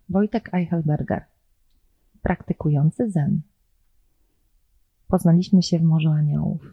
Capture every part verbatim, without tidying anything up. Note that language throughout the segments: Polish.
Wojtek Eichelberger, praktykujący zen. Poznaliśmy się w Morzu Aniołów.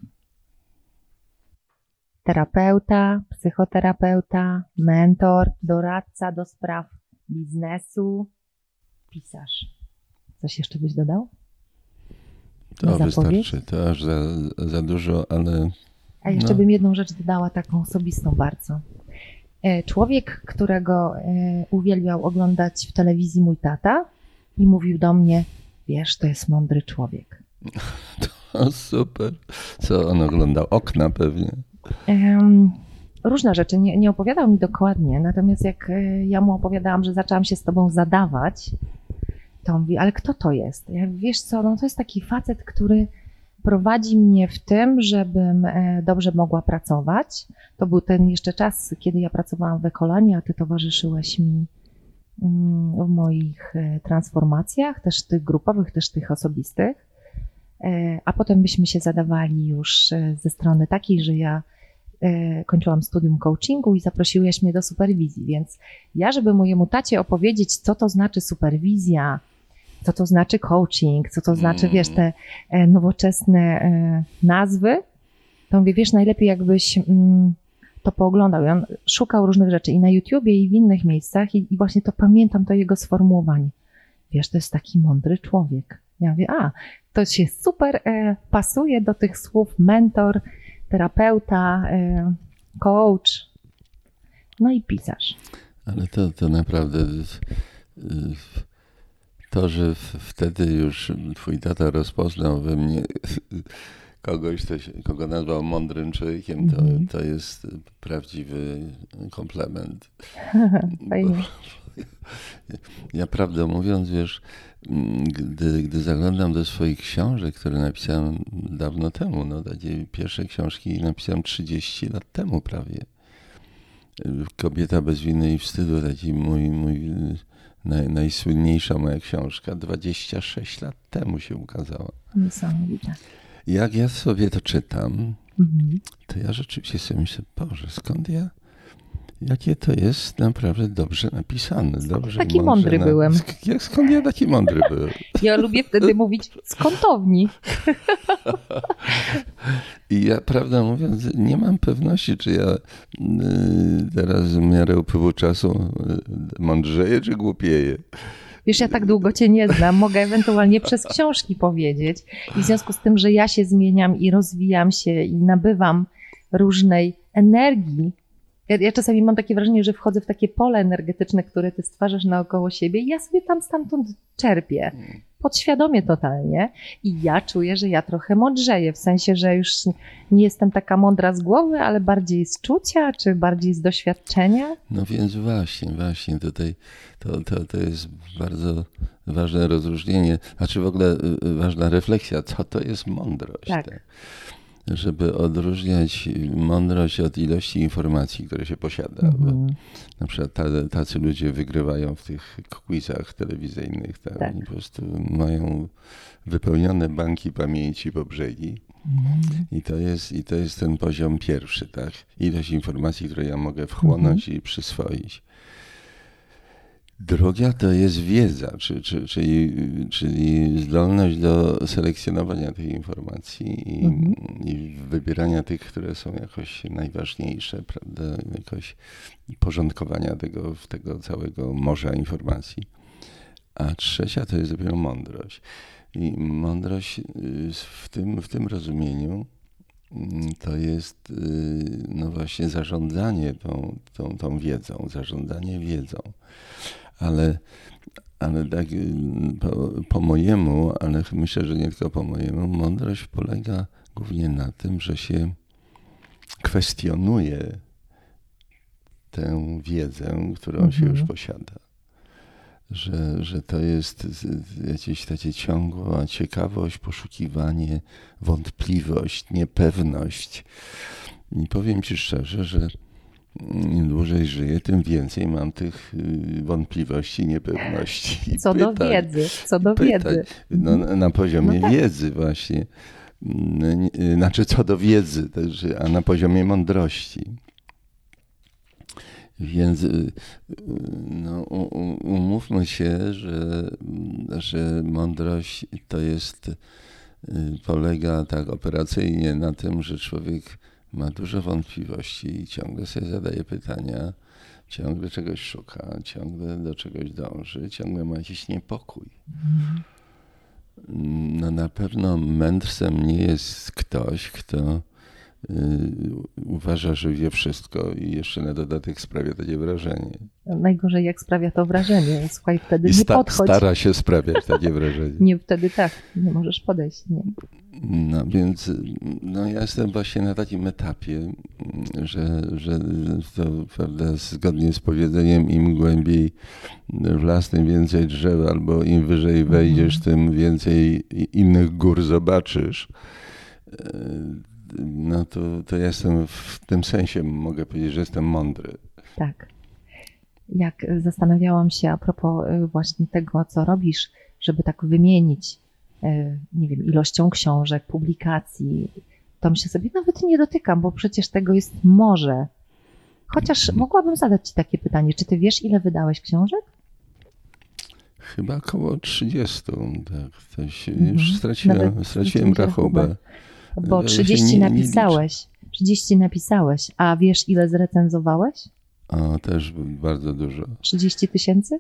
Terapeuta, psychoterapeuta, mentor, doradca do spraw biznesu, pisarz. Coś jeszcze byś dodał? To wystarczy, to aż za, za dużo, ale... A jeszcze no. bym jedną rzecz dodała, taką osobistą bardzo. Człowiek, którego uwielbiał oglądać w telewizji mój tata i mówił do mnie, wiesz, to jest mądry człowiek. To super. Co on oglądał? Okna pewnie. Um, różne rzeczy, nie, nie opowiadał mi dokładnie, natomiast jak ja mu opowiadałam, że zaczęłam się z tobą zadawać, to on mówi, ale kto to jest? Ja, wiesz co, no to jest taki facet, który prowadzi mnie w tym, żebym dobrze mogła pracować. To był ten jeszcze czas, kiedy ja pracowałam w Ekolanie, a ty towarzyszyłeś mi w moich transformacjach, też tych grupowych, też tych osobistych. A potem byśmy się zadawali już ze strony takiej, że ja kończyłam studium coachingu i zaprosiłeś mnie do superwizji, więc ja, żeby mojemu tacie opowiedzieć, co to znaczy superwizja, co to znaczy coaching, co to znaczy, wiesz, te nowoczesne nazwy, to mówię, wiesz, najlepiej jakbyś to pooglądał. I on szukał różnych rzeczy i na YouTubie, i w innych miejscach i, i właśnie to pamiętam, to jego sformułowanie. Wiesz, to jest taki mądry człowiek. Ja mówię, a, to się super e, pasuje do tych słów mentor, terapeuta, e, coach, no i pisarz. Ale to, to naprawdę to, że wtedy już twój tata rozpoznał we mnie kogoś, kogo nazwał mądrym człowiekiem, to, mm-hmm. to jest prawdziwy komplement. Fajnie. Ja prawdę mówiąc, wiesz, gdy, gdy zaglądam do swoich książek, które napisałem dawno temu, no takie pierwsze książki napisałem trzydzieści lat temu prawie. Kobieta bez winy i wstydu, taki mój, mój naj, najsłynniejsza moja książka, dwadzieścia sześć lat temu się ukazała. Niesamowite. Jak ja sobie to czytam, mhm. to ja rzeczywiście sobie myślę, Boże, skąd ja, jakie to jest naprawdę dobrze napisane. Dobrze, taki mądry na... byłem. Jak, skąd ja taki mądry byłem? Ja lubię wtedy mówić z kątowni. I ja, prawdę mówiąc, nie mam pewności, czy ja teraz w miarę upływu czasu mądrzeję, czy głupieję. Wiesz, ja tak długo cię nie znam, mogę ewentualnie przez książki powiedzieć. I w związku z tym, że ja się zmieniam i rozwijam się i nabywam różnej energii, ja, ja czasami mam takie wrażenie, że wchodzę w takie pole energetyczne, które ty stwarzasz naokoło siebie i ja sobie tam stamtąd czerpię. Podświadomie totalnie. I ja czuję, że ja trochę mądrzeję, w sensie, że już nie jestem taka mądra z głowy, ale bardziej z czucia, czy bardziej z doświadczenia. No więc właśnie, właśnie tutaj to, to, to jest bardzo ważne rozróżnienie, znaczy w ogóle ważna refleksja, co to jest mądrość. Tak. Tak? Żeby odróżniać mądrość od ilości informacji, które się posiada. Mhm. Na przykład tacy ludzie wygrywają w tych quizach telewizyjnych. Tak? Tak. Oni po prostu mają wypełnione banki pamięci po brzegi. Mhm. I to jest, i to jest ten poziom pierwszy. Tak? Ilość informacji, które ja mogę wchłonąć mhm. i przyswoić. Druga to jest wiedza, czy, czy, czyli, czyli zdolność do selekcjonowania tych informacji i, mhm. i wybierania tych, które są jakoś najważniejsze, prawda, jakoś porządkowania tego, tego całego morza informacji. A trzecia to jest dopiero mądrość. I mądrość w tym, w tym rozumieniu to jest no właśnie zarządzanie tą, tą, tą wiedzą, zarządzanie wiedzą. Ale, ale tak po, po mojemu, ale myślę, że nie tylko po mojemu, mądrość polega głównie na tym, że się kwestionuje tę wiedzę, którą mhm. się już posiada. Że, że to jest jakieś takie ciągła ciekawość, poszukiwanie, wątpliwość, niepewność. I powiem ci szczerze, że im dłużej żyję, tym więcej mam tych wątpliwości, niepewności. Co pytań, do wiedzy, co do pytań. wiedzy. No, na poziomie no tak. wiedzy właśnie. Znaczy co do wiedzy, a na poziomie mądrości. Więc no, umówmy umówmy się, że, że mądrość to jest, polega tak operacyjnie na tym, że człowiek ma dużo wątpliwości i ciągle sobie zadaje pytania, ciągle czegoś szuka, ciągle do czegoś dąży, ciągle ma jakiś niepokój. No na pewno mędrcem nie jest ktoś, kto y, uważa, że wie wszystko i jeszcze na dodatek sprawia takie wrażenie. Najgorzej jak sprawia to wrażenie. Słuchaj, wtedy I nie sta- podchodź. stara się sprawiać takie wrażenie. Nie, wtedy tak, nie możesz podejść. Nie. No więc no, ja jestem właśnie na takim etapie, że, że to prawda, zgodnie z powiedzeniem im głębiej w las, tym więcej drzew, albo im wyżej wejdziesz, tym więcej innych gór zobaczysz. No to, to ja jestem w tym sensie, mogę powiedzieć, że jestem mądry. Tak. Jak zastanawiałam się a propos właśnie tego, co robisz, żeby tak wymienić, nie wiem, ilością książek, publikacji, to myślę sobie, nawet nie dotykam, bo przecież tego jest morze. Chociaż mogłabym zadać ci takie pytanie, czy ty wiesz, ile wydałeś książek? Chyba około trzydzieści, tak. To się Mhm. już straciłem, Nawet straciłem rachubę. Bo Ale się trzydzieści nie- nie napisałeś, trzydzieści napisałeś, a wiesz, ile zrecenzowałeś? O, też bardzo dużo. trzydzieści tysięcy?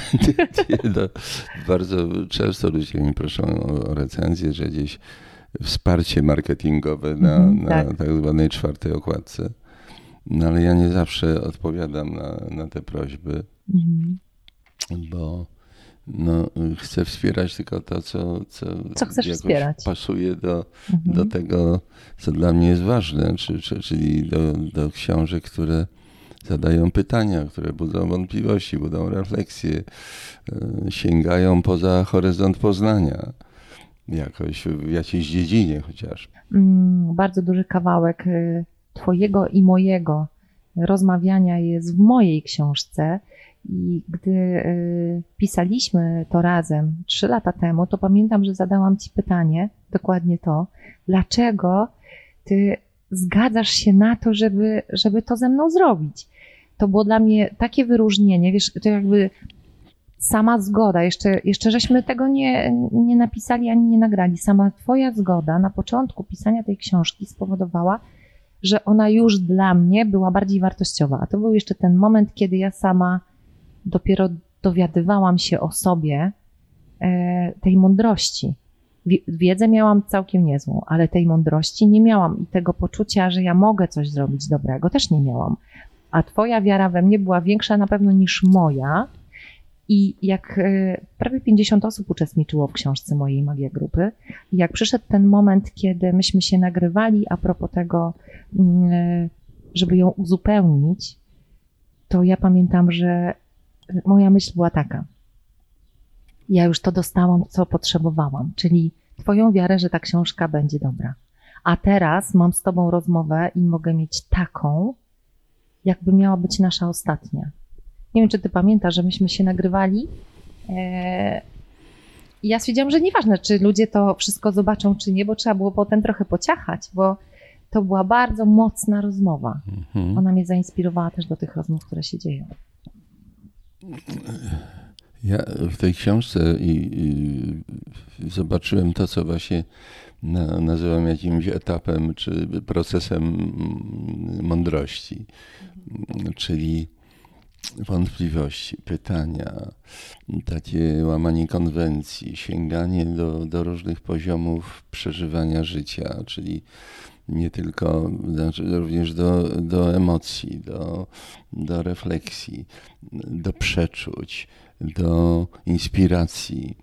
No, bardzo często ludzie mi proszą o, o recenzję, że gdzieś wsparcie marketingowe na, Mhm, na tak. tak zwanej czwartej okładce. No ale ja nie zawsze odpowiadam na, na te prośby, Mhm. bo no, chcę wspierać tylko to, co, co, Co chcesz jakoś wspierać? pasuje do, Mhm. do tego, co dla mnie jest ważne, czy, czy, czyli do, do książek, które zadają pytania, które budzą wątpliwości, budzą refleksje, e, sięgają poza horyzont poznania, jakoś w jakiejś dziedzinie chociaż. Mm, bardzo duży kawałek y, twojego i mojego rozmawiania jest w mojej książce i gdy y, pisaliśmy to razem trzy lata temu, to pamiętam, że zadałam ci pytanie, dokładnie to, dlaczego ty zgadzasz się na to, żeby, żeby to ze mną zrobić. To było dla mnie takie wyróżnienie, wiesz, to jakby sama zgoda, jeszcze, jeszcze żeśmy tego nie, nie napisali ani nie nagrali, sama twoja zgoda na początku pisania tej książki spowodowała, że ona już dla mnie była bardziej wartościowa. A to był jeszcze ten moment, kiedy ja sama dopiero dowiadywałam się o sobie e, tej mądrości. Wi- Wiedzę miałam całkiem niezłą, ale tej mądrości nie miałam i tego poczucia, że ja mogę coś zrobić dobrego, też nie miałam. A twoja wiara we mnie była większa na pewno niż moja. I jak e, prawie pięćdziesiąt osób uczestniczyło w książce mojej Magia Grupy, i jak przyszedł ten moment, kiedy myśmy się nagrywali a propos tego, mm, żeby ją uzupełnić, to ja pamiętam, że moja myśl była taka. Ja już to dostałam, co potrzebowałam, czyli twoją wiarę, że ta książka będzie dobra. A teraz mam z tobą rozmowę i mogę mieć taką, jakby miała być nasza ostatnia. Nie wiem, czy ty pamiętasz, że myśmy się nagrywali e, i ja stwierdziłam, że nieważne, czy ludzie to wszystko zobaczą, czy nie, bo trzeba było potem trochę pociachać, bo to była bardzo mocna rozmowa. Mhm. Ona mnie zainspirowała też do tych rozmów, które się dzieją. Ja w tej książce i, i zobaczyłem to, co właśnie na, nazywam jakimś etapem czy procesem mądrości, czyli wątpliwości, pytania, takie łamanie konwencji, sięganie do, do różnych poziomów przeżywania życia, czyli nie tylko, znaczy również do, do emocji, do, do refleksji, do przeczuć, do inspiracji.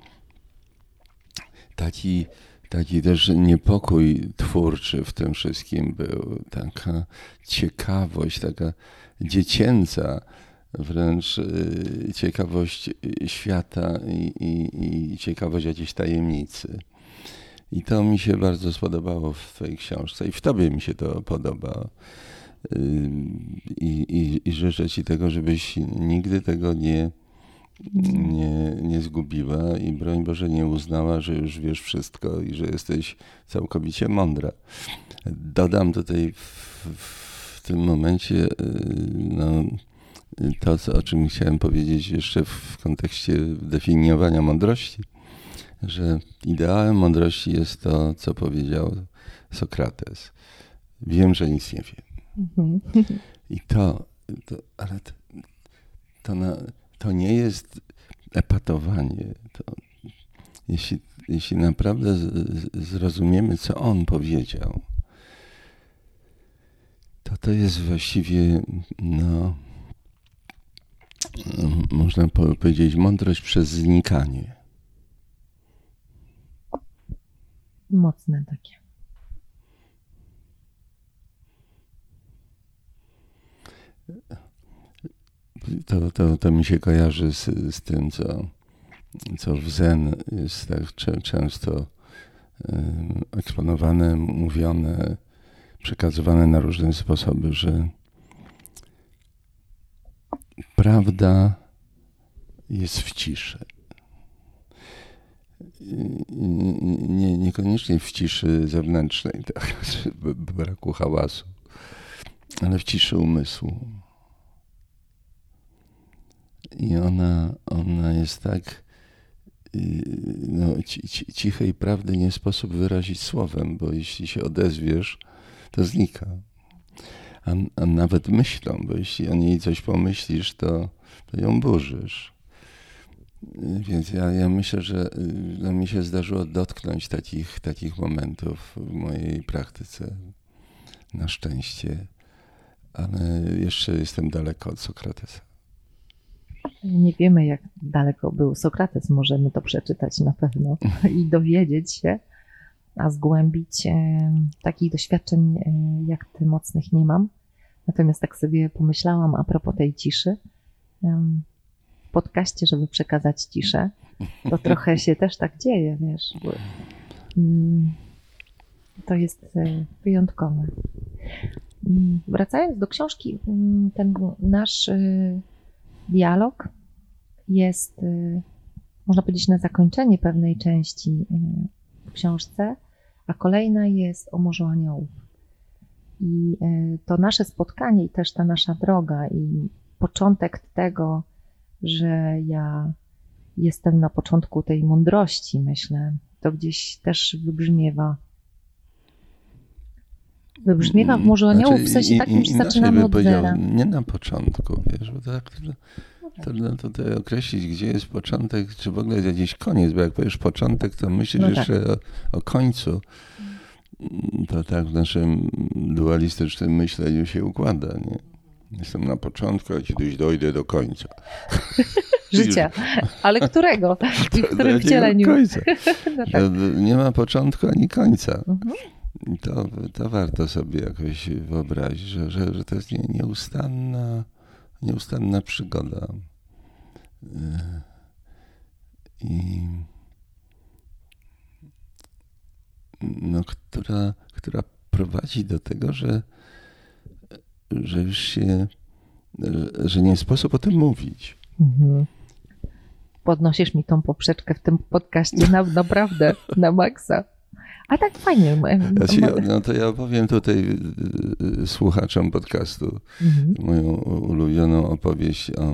Taki, taki też niepokój twórczy w tym wszystkim był, taka ciekawość, taka dziecięca wręcz ciekawość świata i, i, i ciekawość jakiejś tajemnicy. I to mi się bardzo spodobało w twojej książce i w tobie mi się to podoba. I, i, i życzę ci tego, żebyś nigdy tego nie, nie, nie zgubiła i broń Boże nie uznała, że już wiesz wszystko i że jesteś całkowicie mądra. Dodam tutaj w, w tym momencie, no, to, co, o czym chciałem powiedzieć jeszcze w kontekście definiowania mądrości, że ideałem mądrości jest to, co powiedział Sokrates. Wiem, że nic nie wiem. Mhm. I to, to ale to, to, na, to nie jest epatowanie. To, jeśli, jeśli naprawdę z, z, zrozumiemy, co on powiedział, to to jest właściwie, no, można powiedzieć, mądrość przez znikanie. Mocne takie. To, to, to mi się kojarzy z, z tym, co, co w Zen jest tak często eksponowane, mówione, przekazywane na różne sposoby, że prawda jest w ciszy. Nie, niekoniecznie w ciszy zewnętrznej, tak, braku hałasu, ale w ciszy umysłu. I ona, ona jest tak, no, cichej prawdy nie sposób wyrazić słowem, bo jeśli się odezwiesz, to znika. A, a nawet myślą, bo jeśli o niej coś pomyślisz, to, to ją burzysz. Więc ja, ja myślę, że no, mi się zdarzyło dotknąć takich, takich momentów w mojej praktyce. Na szczęście. Ale jeszcze jestem daleko od Sokratesa. Nie wiemy, jak daleko był Sokrates. Możemy to przeczytać na pewno i dowiedzieć się, a zgłębić. Takich doświadczeń jak ty mocnych nie mam. Natomiast tak sobie pomyślałam a propos tej ciszy. W podcaście, żeby przekazać ciszę, to trochę się też tak dzieje, wiesz. Bo to jest wyjątkowe. Wracając do książki, ten nasz dialog jest, można powiedzieć, na zakończenie pewnej części w książce, a kolejna jest o Morzu Aniołów. I to nasze spotkanie i też ta nasza droga i początek tego, że ja jestem na początku tej mądrości, myślę, to gdzieś też wybrzmiewa. Wybrzmiewa w Morzu Aniołów w sensie takim, że zaczynamy od zera. Nie na początku, wiesz, bo tak trudno tutaj określić, gdzie jest początek, czy w ogóle jest jakiś koniec, bo jak powiesz początek, to myślisz no tak. jeszcze o, o końcu. To tak w naszym dualistycznym myśleniu się układa, nie? Jestem na początku, a kiedyś dojdę do końca. Życia. Ale którego? I w którym wcieleniu? Końca. No tak. Nie ma początku ani końca. Mhm. I to, to warto sobie jakoś wyobrazić, że, że, że to jest nie, nieustanna, nieustanna przygoda. I no, która, która prowadzi do tego, że że już się, że nie sposób o tym mówić. Mhm. Podnosisz mi tą poprzeczkę w tym podcaście na, naprawdę, na maksa. A tak fajnie. Znaczy, no to ja opowiem tutaj słuchaczom podcastu mhm. moją ulubioną opowieść o,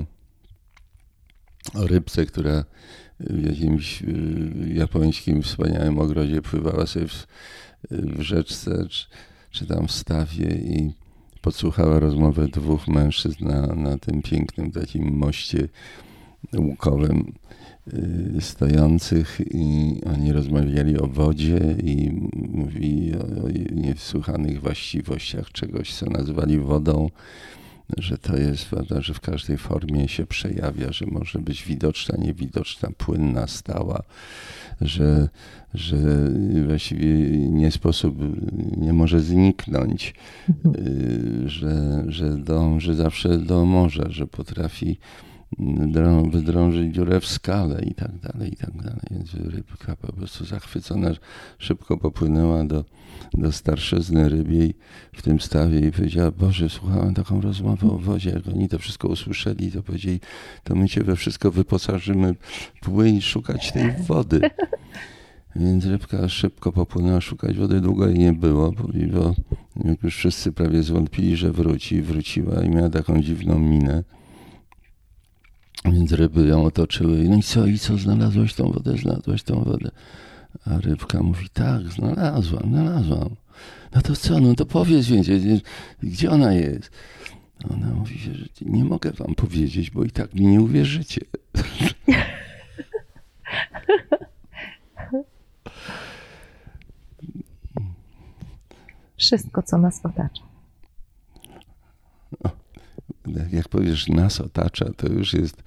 o rybce, która w jakimś japońskim wspaniałym ogrodzie pływała sobie w, w rzeczce, czy, czy tam w stawie i podsłuchała rozmowę dwóch mężczyzn na, na tym pięknym takim moście łukowym y, stojących i oni rozmawiali o wodzie i mówili o, o niesłychanych właściwościach czegoś, co nazwali wodą, że to jest woda, że w każdej formie się przejawia, że może być widoczna, niewidoczna, płynna, stała, że, że właściwie nie sposób, nie może zniknąć, że, że dąży zawsze do morza, że potrafi wydrążyć dziurę w skale i tak dalej, i tak dalej. Więc rybka po prostu zachwycona szybko popłynęła do, do starszyzny rybiej w tym stawie i powiedziała: Boże, słuchałem taką rozmowę o wodzie, jak oni to wszystko usłyszeli, to powiedzieli, to my cię we wszystko wyposażymy, płyń szukać tej wody. Więc rybka szybko popłynęła szukać wody, długo jej nie było, bo jak już wszyscy prawie zwątpili, że wróci, wróciła i miała taką dziwną minę. Więc ryby ją otoczyły. No i co, i co, znalazłeś tą wodę, znalazłeś tą wodę. A rybka mówi, tak, znalazłam, znalazłam. No to co, no to powiedz więcej, gdzie ona jest? Ona mówi, że nie mogę wam powiedzieć, bo i tak mi nie uwierzycie. Wszystko, co nas otacza. No, jak powiesz, nas otacza, to już jest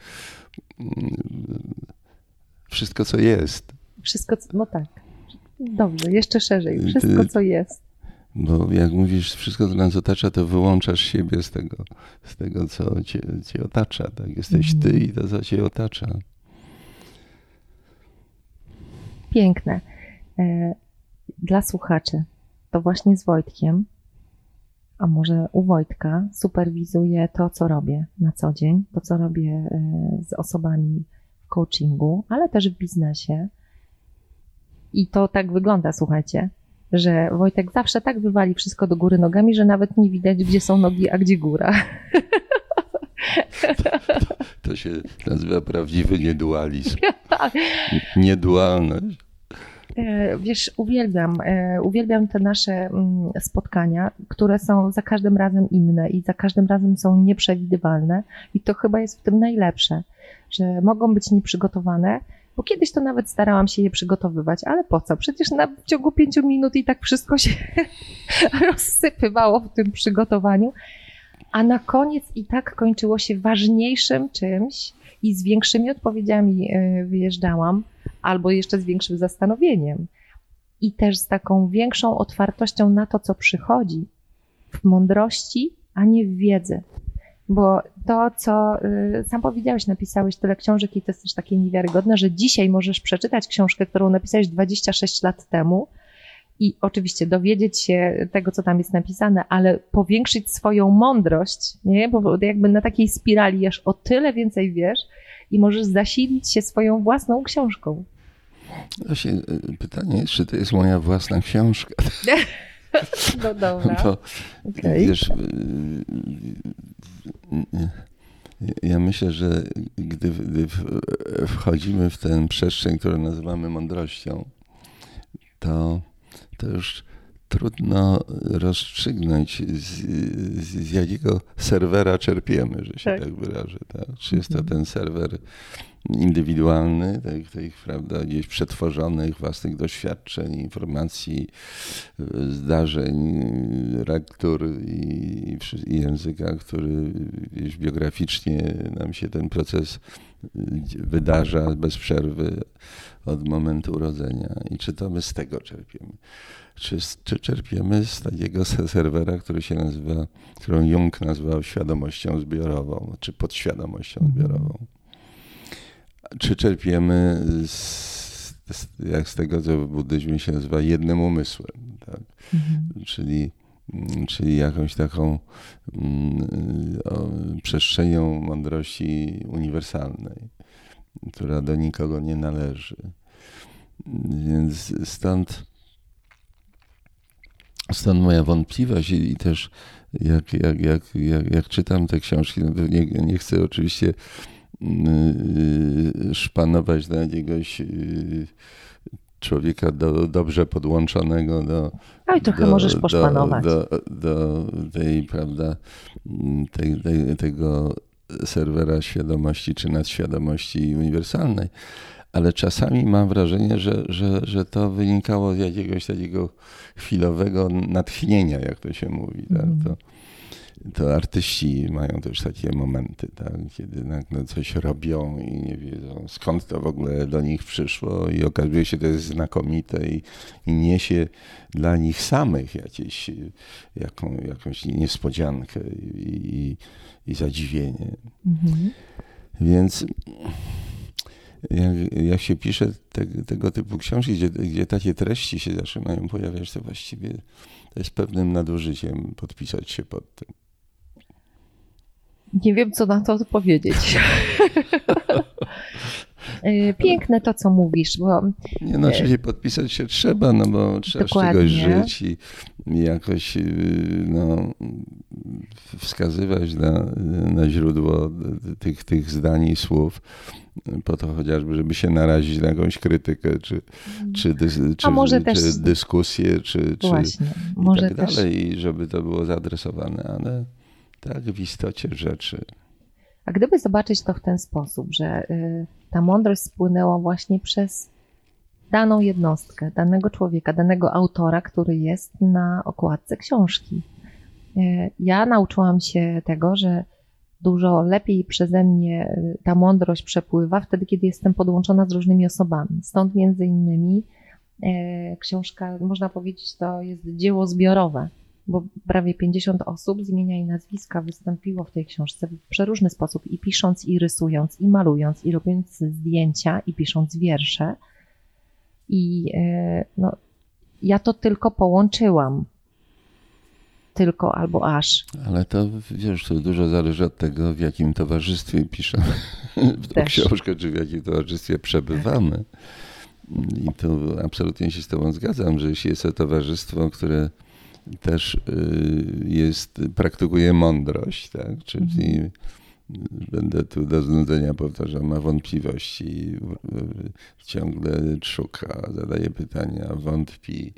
wszystko, co jest. Wszystko, co, no tak. Dobrze, jeszcze szerzej. Wszystko, co jest. Bo jak mówisz, wszystko, co nas otacza, to wyłączasz siebie z tego, z tego co cię, cię otacza. Tak? Jesteś ty i to, co cię otacza. Piękne. Dla słuchaczy, to właśnie z Wojtkiem, a może u Wojtka, superwizuję to, co robię na co dzień, to, co robię z osobami w coachingu, ale też w biznesie. I to tak wygląda, słuchajcie, że Wojtek zawsze tak wywali wszystko do góry nogami, że nawet nie widać, gdzie są nogi, a gdzie góra. To, to się nazywa prawdziwy niedualizm. Niedualność. Wiesz, uwielbiam, uwielbiam te nasze spotkania, które są za każdym razem inne i za każdym razem są nieprzewidywalne i to chyba jest w tym najlepsze, że mogą być nieprzygotowane, bo kiedyś to nawet starałam się je przygotowywać, ale po co? Przecież na, w ciągu pięciu minut i tak wszystko się rozsypywało w tym przygotowaniu, a na koniec i tak kończyło się ważniejszym czymś i z większymi odpowiedziami wyjeżdżałam, albo jeszcze z większym zastanowieniem i też z taką większą otwartością na to, co przychodzi w mądrości, a nie w wiedzy. Bo to, co y, sam powiedziałeś, napisałeś tyle książek i to jest też takie niewiarygodne, że dzisiaj możesz przeczytać książkę, którą napisałeś dwadzieścia sześć lat temu i oczywiście dowiedzieć się tego, co tam jest napisane, ale powiększyć swoją mądrość, nie? Bo jakby na takiej spirali aż o tyle więcej wiesz i możesz zasilić się swoją własną książką. Właśnie pytanie jest, czy to jest moja własna książka? No dobra. Bo, okay. Wiesz, ja myślę, że gdy, gdy wchodzimy w tę przestrzeń, którą nazywamy mądrością, to, to już trudno rozstrzygnąć, z, z, z jakiego serwera czerpiemy, że się tak, tak wyrażę. Tak? Czy jest to ten serwer indywidualny, tych, tych, prawda, gdzieś przetworzonych własnych doświadczeń, informacji, zdarzeń, lektur i, i języka, który gdzieś biograficznie nam się ten proces wydarza bez przerwy od momentu urodzenia. I czy to my z tego czerpiemy? Czy, czy czerpiemy z takiego serwera, który się nazywa, którą Jung nazwał świadomością zbiorową, czy podświadomością zbiorową? Czy czerpiemy z, z, jak z tego, co w buddyzmie się nazywa jednym umysłem, tak? Mhm. Czyli, czyli jakąś taką mm, o, przestrzenią mądrości uniwersalnej, która do nikogo nie należy. Więc stąd, stąd moja wątpliwość i, i też jak, jak, jak, jak, jak czytam te książki, no to nie, nie chcę oczywiście szpanować na jakiegoś człowieka do, dobrze podłączonego do, Oj, trochę do, możesz poszpanować. Do, do, do tej, prawda, tej, tej, tego serwera świadomości czy nadświadomości uniwersalnej. Ale czasami mam wrażenie, że, że, że to wynikało z jakiegoś takiego chwilowego natchnienia, jak to się mówi. Tak? To, to artyści mają też takie momenty, tak? Kiedy nagle coś robią i nie wiedzą, skąd to w ogóle do nich przyszło i okazuje się, że to jest znakomite i, i niesie dla nich samych jakieś, jaką, jakąś niespodziankę i, i, i zadziwienie. Mhm. Więc jak, jak się pisze te, tego typu książki, gdzie, gdzie takie treści się zaczynają pojawiać, to właściwie to jest pewnym nadużyciem podpisać się pod tym. Nie wiem, co na to odpowiedzieć. Piękne to, co mówisz, bo... Nie, no oczywiście podpisać się trzeba, no bo trzeba z czegoś żyć i jakoś no, wskazywać na, na źródło tych, tych zdań i słów, po to chociażby, żeby się narazić na jakąś krytykę, czy, czy, dys, czy, może czy też... dyskusję, czy, czy Właśnie, i może tak też... dalej, i żeby to było zaadresowane, ale tak w istocie rzeczy. A gdyby zobaczyć to w ten sposób, że y, ta mądrość spłynęła właśnie przez daną jednostkę, danego człowieka, danego autora, który jest na okładce książki. Y, ja nauczyłam się tego, że dużo lepiej przeze mnie ta mądrość przepływa wtedy, kiedy jestem podłączona z różnymi osobami. Stąd między innymi y, książka, można powiedzieć, to jest dzieło zbiorowe, bo prawie pięćdziesiąt osób z imienia i nazwiska wystąpiło w tej książce w przeróżny sposób, i pisząc, i rysując, i malując, i robiąc zdjęcia, i pisząc wiersze. I no, ja to tylko połączyłam. Tylko albo aż. Ale to, wiesz, to dużo zależy od tego, w jakim towarzystwie piszemy tą książkę, czy w jakim towarzystwie przebywamy. I to absolutnie się z tobą zgadzam, że jeśli jest to towarzystwo, które też jest, praktykuje mądrość, tak? Czyli mm. będę tu do znudzenia powtarzał, ma wątpliwości, ciągle szuka, zadaje pytania, wątpi,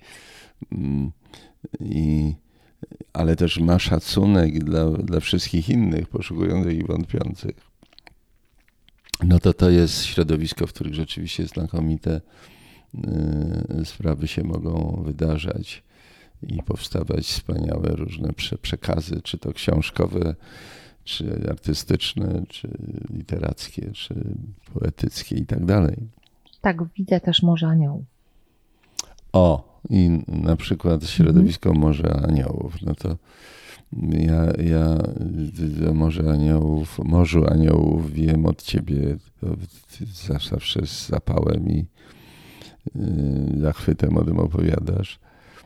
i, ale też ma szacunek dla, dla wszystkich innych poszukujących i wątpiących. No to to jest środowisko, w którym rzeczywiście znakomite sprawy się mogą wydarzać i powstawać wspaniałe różne przekazy, czy to książkowe, czy artystyczne, czy literackie, czy poetyckie i tak dalej. Tak, widzę też Morze Aniołów. O, i na przykład środowisko mm-hmm. Morza Aniołów. No to ja, ja do Morza Aniołów, Morzu Aniołów wiem od ciebie zawsze z zapałem i yy, zachwytem o tym opowiadasz.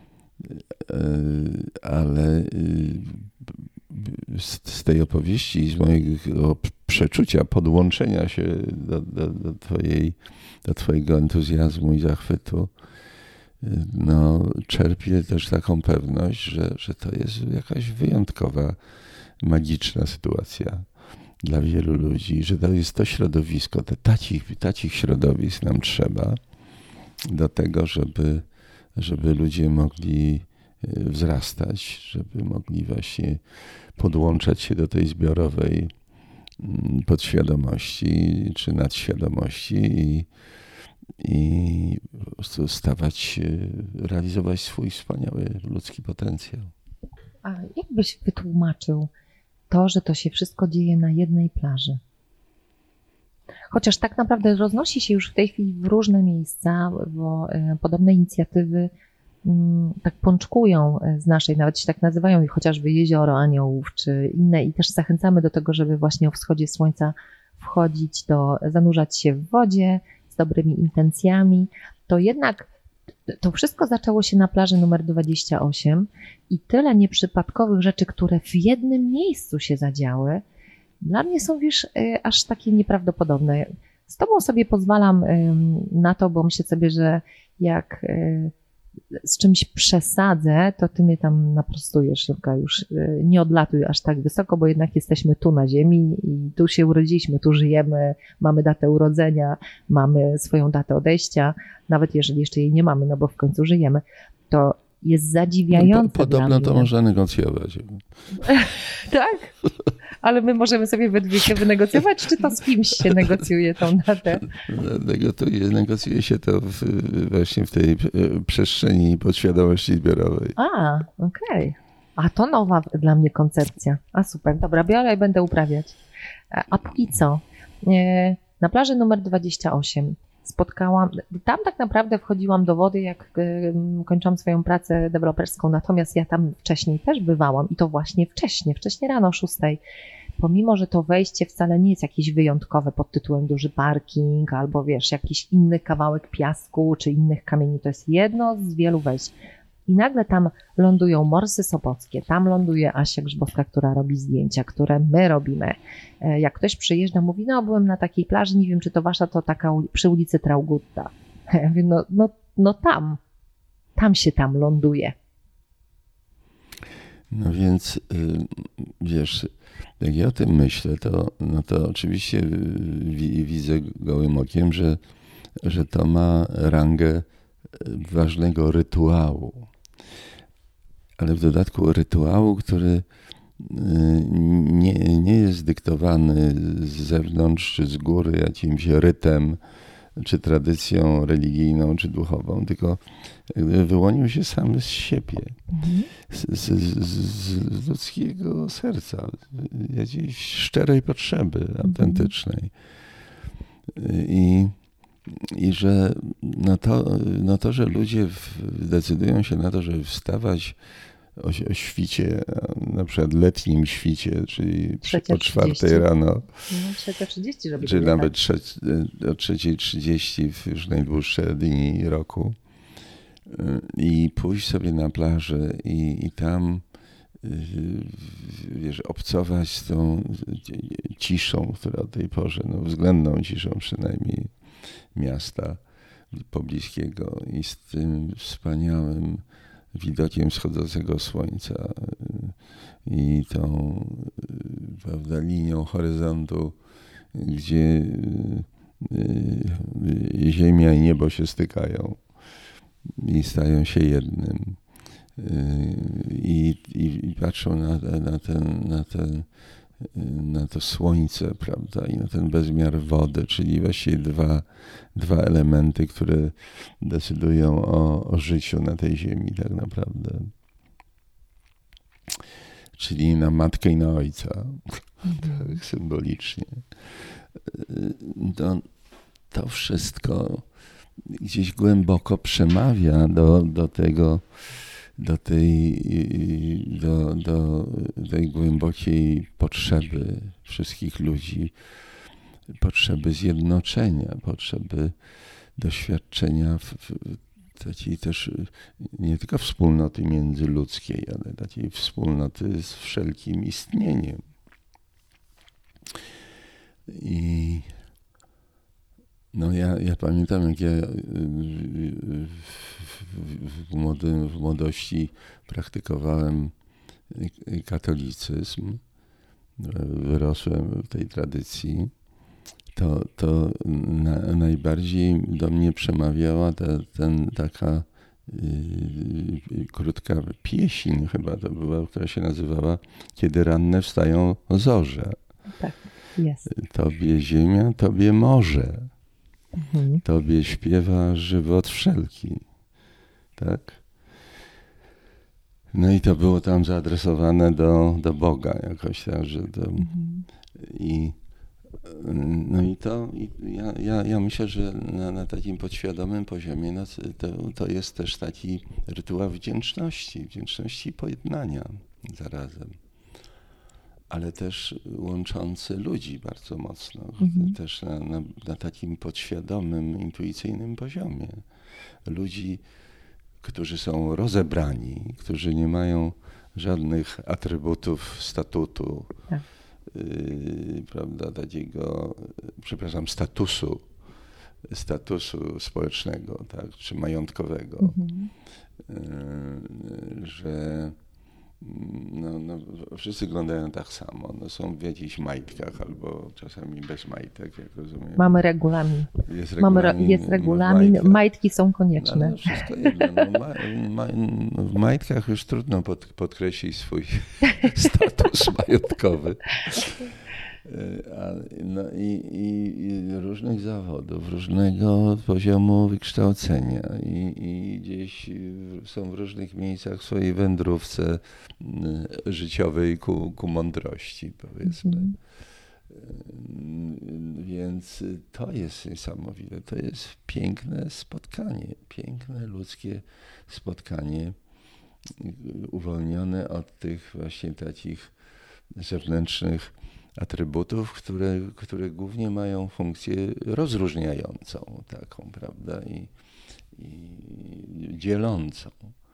Ale z tej opowieści i z mojego przeczucia podłączenia się do, do, do, twojej, do twojego entuzjazmu i zachwytu, no, czerpię też taką pewność, że, że to jest jakaś wyjątkowa, magiczna sytuacja dla wielu ludzi, że to jest to środowisko, te tacich, tacich środowisk nam trzeba do tego, żeby żeby ludzie mogli wzrastać, żeby mogli właśnie podłączać się do tej zbiorowej podświadomości czy nadświadomości i, i po prostu stawać się, realizować swój wspaniały ludzki potencjał. A jak byś wytłumaczył to, że to się wszystko dzieje na jednej plaży? Chociaż tak naprawdę roznosi się już w tej chwili w różne miejsca, bo podobne inicjatywy tak pączkują z naszej, nawet się tak nazywają, i chociażby Jezioro Aniołów czy inne, i też zachęcamy do tego, żeby właśnie o wschodzie słońca wchodzić, do, zanurzać się w wodzie z dobrymi intencjami. To jednak to wszystko zaczęło się na plaży numer dwadzieścia osiem i tyle nieprzypadkowych rzeczy, które w jednym miejscu się zadziały, dla mnie są, wiesz, aż takie nieprawdopodobne. Z tobą sobie pozwalam na to, bo myślę sobie, że jak z czymś przesadzę, to ty mnie tam naprostujesz, Julka, już nie odlatuj aż tak wysoko, bo jednak jesteśmy tu na ziemi i tu się urodziliśmy, tu żyjemy, mamy datę urodzenia, mamy swoją datę odejścia, nawet jeżeli jeszcze jej nie mamy, no bo w końcu żyjemy, to jest zadziwiające. No, podobno to można negocjować. Tak? Ale my możemy sobie we dwójkę wynegocjować, czy to z kimś się negocjuje tą datę? Negocjuje, negocjuje się to w, właśnie w tej przestrzeni podświadomości zbiorowej. A, okej. Okay. A to nowa dla mnie koncepcja. A super, dobra, biorę i będę uprawiać. A póki co, na plaży numer dwadzieścia osiem spotkałam, tam tak naprawdę wchodziłam do wody, jak kończyłam swoją pracę deweloperską, natomiast ja tam wcześniej też bywałam i to właśnie wcześnie, wcześnie rano o szóstej. Pomimo, że to wejście wcale nie jest jakieś wyjątkowe pod tytułem duży parking albo wiesz, jakiś inny kawałek piasku czy innych kamieni, to jest jedno z wielu wejść. I nagle tam lądują morsy sopockie, tam ląduje Asia Grzybowska, która robi zdjęcia, które my robimy. Jak ktoś przyjeżdża, mówi, no byłem na takiej plaży, nie wiem, czy to wasza, to taka przy ulicy Traugutta. Ja mówię, no, no, no tam, tam się tam ląduje. No więc wiesz, jak ja o tym myślę, to, no to oczywiście wi- widzę gołym okiem, że, że to ma rangę ważnego rytuału. Ale w dodatku rytuału, który nie, nie jest dyktowany z zewnątrz czy z góry jakimś rytem, czy tradycją religijną, czy duchową, tylko wyłonił się sam z siebie, mhm. z, z, z ludzkiego serca, jakiejś szczerej potrzeby autentycznej. I, i że no to, no to, że ludzie decydują się na to, żeby wstawać o, o świcie, na przykład letnim świcie, czyli o czwartej rano. No, trzecia trzydzieści, żeby czy nawet trze, o trzeciej trzydzieści w już najdłuższe dni roku. I pójść sobie na plażę i, i tam wiesz, obcować z tą ciszą, która o tej porze, no względną ciszą przynajmniej miasta pobliskiego i z tym wspaniałym widokiem wschodzącego słońca i tą, prawda, linią horyzontu, gdzie ziemia i niebo się stykają i stają się jednym. I, i, i patrzą na, na, ten, na, ten, na to słońce, prawda, i na ten bezmiar wody, czyli właściwie dwa, dwa elementy, które decydują o, o życiu na tej ziemi tak naprawdę. Czyli na matkę i na ojca, tak symbolicznie. To, to wszystko gdzieś głęboko przemawia do, do tego, do tej, do, do tej głębokiej potrzeby wszystkich ludzi, potrzeby zjednoczenia, potrzeby doświadczenia w, w takiej też nie tylko wspólnoty międzyludzkiej, ale takiej wspólnoty z wszelkim istnieniem. I no ja, ja pamiętam, jak ja w, w, młodym, w młodości praktykowałem katolicyzm, wyrosłem w tej tradycji, to, to na, najbardziej do mnie przemawiała ta ten, taka yy, krótka pieśń chyba to była, która się nazywała Kiedy ranne wstają zorze. Tak, jest. Tobie ziemia, Tobie morze. Mhm. Tobie śpiewa żywot wszelki. Tak? No i to było tam zaadresowane do, do Boga jakoś tak, że to mhm. i no i to i ja, ja, ja myślę, że na, na takim podświadomym poziomie no, to, to jest też taki rytuał wdzięczności, wdzięczności i pojednania zarazem. Ale też łączący ludzi bardzo mocno, mhm. też na, na, na takim podświadomym, intuicyjnym poziomie. Ludzi, którzy są rozebrani, którzy nie mają żadnych atrybutów statutu, tak. yy, prawda, takiego, przepraszam, statusu, statusu społecznego, tak, czy majątkowego, mhm. yy, że No, no, wszyscy wyglądają tak samo. No, są w jakichś majtkach albo czasami bez majtek, jak rozumiem. Mamy regulamin. Jest regulamin, Mamy, jest regulamin. Majtki są konieczne. No, wszystko jedno. No, ma, ma, w majtkach już trudno pod, podkreślić swój status majątkowy. No i, i, i różnych zawodów, różnego poziomu wykształcenia i, i gdzieś są w różnych miejscach w swojej wędrówce życiowej ku, ku mądrości, powiedzmy. Mm. Więc to jest niesamowite, to jest piękne spotkanie, piękne ludzkie spotkanie uwolnione od tych właśnie takich zewnętrznych atrybutów, które, które głównie mają funkcję rozróżniającą taką, prawda, i, i dzielącą.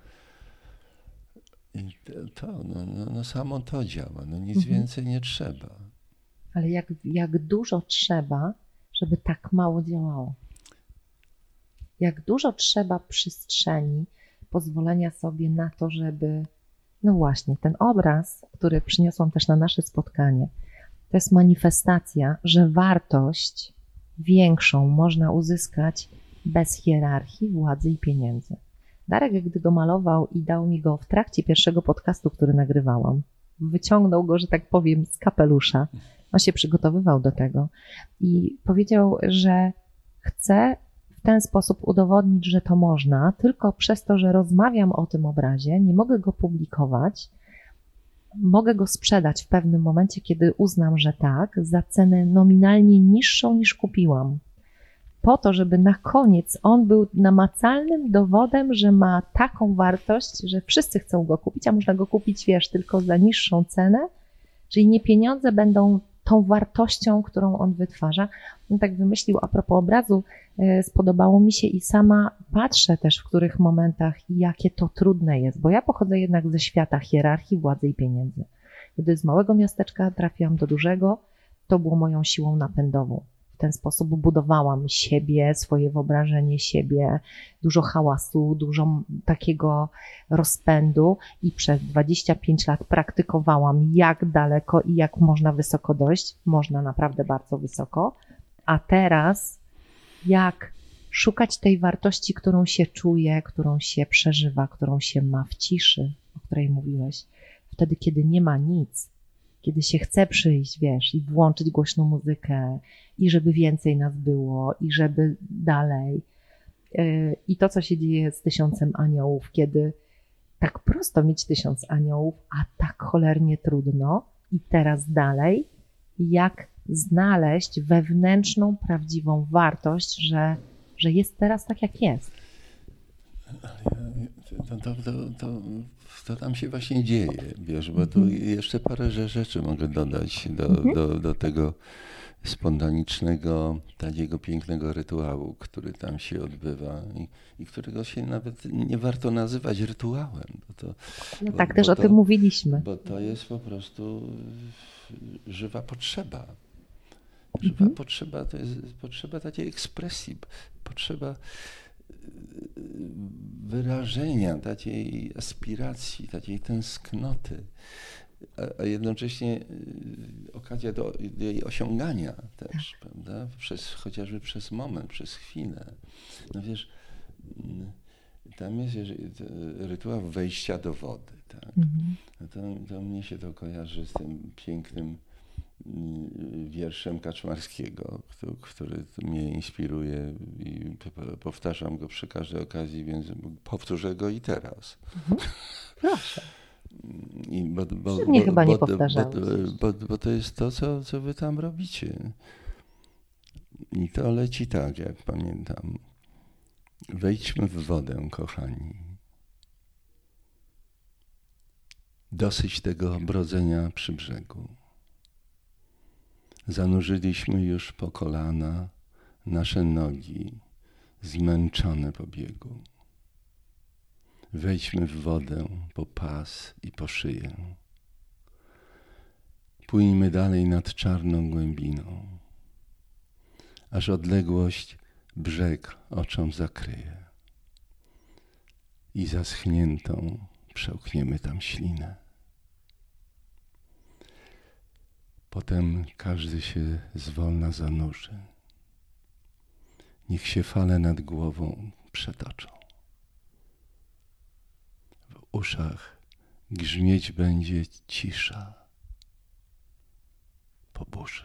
I to, no, no, no samo to działa, no nic mhm. więcej nie trzeba. Ale jak, jak dużo trzeba, żeby tak mało działało? Jak dużo trzeba przestrzeni, pozwolenia sobie na to, żeby No właśnie, ten obraz, który przyniosłam też na nasze spotkanie, to jest manifestacja, że wartość większą można uzyskać bez hierarchii, władzy i pieniędzy. Darek, gdy go malował i dał mi go w trakcie pierwszego podcastu, który nagrywałam, wyciągnął go, że tak powiem, z kapelusza. On się przygotowywał do tego i powiedział, że chce w ten sposób udowodnić, że to można, tylko przez to, że rozmawiam o tym obrazie, nie mogę go publikować, mogę go sprzedać w pewnym momencie, kiedy uznam, że tak, za cenę nominalnie niższą niż kupiłam. Po to, żeby na koniec on był namacalnym dowodem, że ma taką wartość, że wszyscy chcą go kupić, a można go kupić, wiesz, tylko za niższą cenę, czyli nie pieniądze będą tą wartością, którą on wytwarza. On tak wymyślił a propos obrazu, spodobało mi się i sama patrzę też w których momentach i jakie to trudne jest, bo ja pochodzę jednak ze świata hierarchii, władzy i pieniędzy. Gdy z małego miasteczka trafiłam do dużego, to było moją siłą napędową. W ten sposób budowałam siebie, swoje wyobrażenie siebie, dużo hałasu, dużo takiego rozpędu i przez dwadzieścia pięć lat praktykowałam, jak daleko i jak można wysoko dojść. Można naprawdę bardzo wysoko. A teraz jak szukać tej wartości, którą się czuje, którą się przeżywa, którą się ma w ciszy, o której mówiłeś, wtedy, kiedy nie ma nic, kiedy się chce przyjść, wiesz, i włączyć głośną muzykę, i żeby więcej nas było, i żeby dalej. I to, co się dzieje z Tysiącem Aniołów, kiedy tak prosto mieć tysiąc aniołów, a tak cholernie trudno, i teraz dalej, jak znaleźć wewnętrzną, prawdziwą wartość, że, że jest teraz tak, jak jest. To, to, to, to, to tam się właśnie dzieje, wiesz, bo tu jeszcze parę rzeczy mogę dodać do, mhm. do, do tego spontanicznego, takiego pięknego rytuału, który tam się odbywa i, i którego się nawet nie warto nazywać rytuałem. Bo to, no bo, tak, też bo o to, tym mówiliśmy. Bo to jest po prostu żywa potrzeba. Żywa mhm. potrzeba to jest potrzeba takiej ekspresji, potrzeba wyrażenia, takiej aspiracji, takiej tęsknoty, a, a jednocześnie okazja do jej osiągania też, tak. prawda? Przez, chociażby przez moment, przez chwilę. No wiesz, tam jest rytuał wejścia do wody, tak? Mhm. No to, to mnie się to kojarzy z tym pięknym wierszem Kaczmarskiego, który mnie inspiruje i powtarzam go przy każdej okazji, więc powtórzę go i teraz. Mhm. Proszę. I bo, bo, mnie bo, chyba bo, nie powtarzałeś. Bo, bo, bo to jest to, co, co wy tam robicie. I to leci tak, jak pamiętam. Wejdźmy w wodę, kochani. Dosyć tego brodzenia przy brzegu. Zanurzyliśmy już po kolana nasze nogi, zmęczone po biegu. Wejdźmy w wodę po pas i po szyję. Płyńmy dalej nad czarną głębiną, aż odległość brzeg oczom zakryje i zaschniętą przełkniemy tam ślinę. Potem każdy się zwolna zanurzy. Niech się fale nad głową przetoczą. W uszach grzmieć będzie cisza po burzy.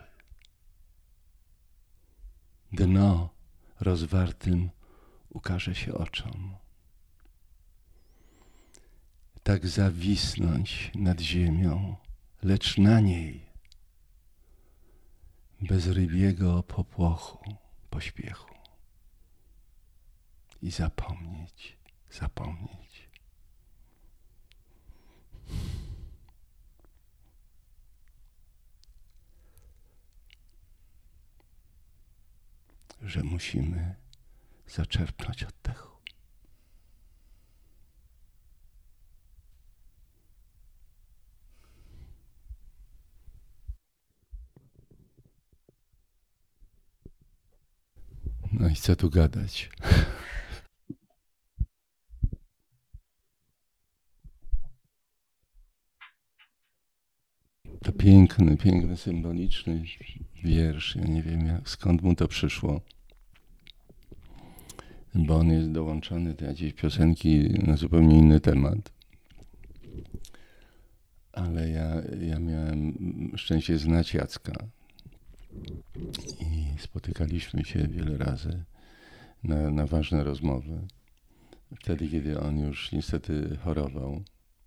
Dno rozwartym ukaże się oczom. Tak zawisnąć nad ziemią, lecz na niej bez rybiego popłochu, pośpiechu i zapomnieć, zapomnieć. Że musimy zaczerpnąć oddechu. No i co tu gadać? piękny, piękny, symboliczny wiersz. Ja nie wiem, jak, skąd mu to przyszło. Bo on jest dołączony do jakiejś piosenki na zupełnie inny temat. Ale ja, ja miałem szczęście znać Jacka. I spotykaliśmy się wiele razy na, na ważne rozmowy. Wtedy, kiedy on już niestety chorował.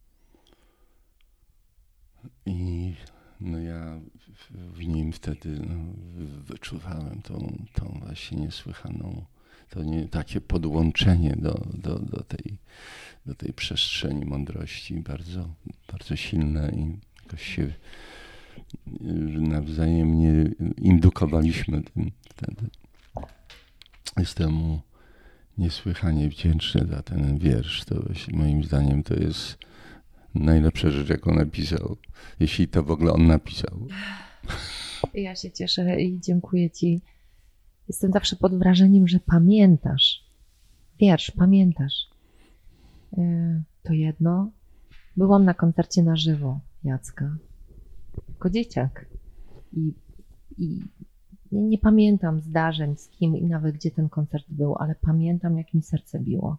I no ja w, w nim wtedy no, wyczuwałem tą, tą właśnie niesłychaną, to nie, takie podłączenie do, do, do, tej, do tej przestrzeni mądrości, bardzo, bardzo silne i jakoś się nawzajemnie indukowaliśmy tym wtedy. Jestem mu niesłychanie wdzięczny za ten wiersz. To moim zdaniem to jest najlepsza rzecz, jaką napisał. Jeśli to w ogóle on napisał. Ja się cieszę i dziękuję Ci. Jestem zawsze pod wrażeniem, że pamiętasz. Wiersz, pamiętasz. To jedno. Byłam na koncercie na żywo Jacka. Jako dzieciak. I, i nie, nie pamiętam zdarzeń z kim i nawet gdzie ten koncert był, ale pamiętam, jak mi serce biło.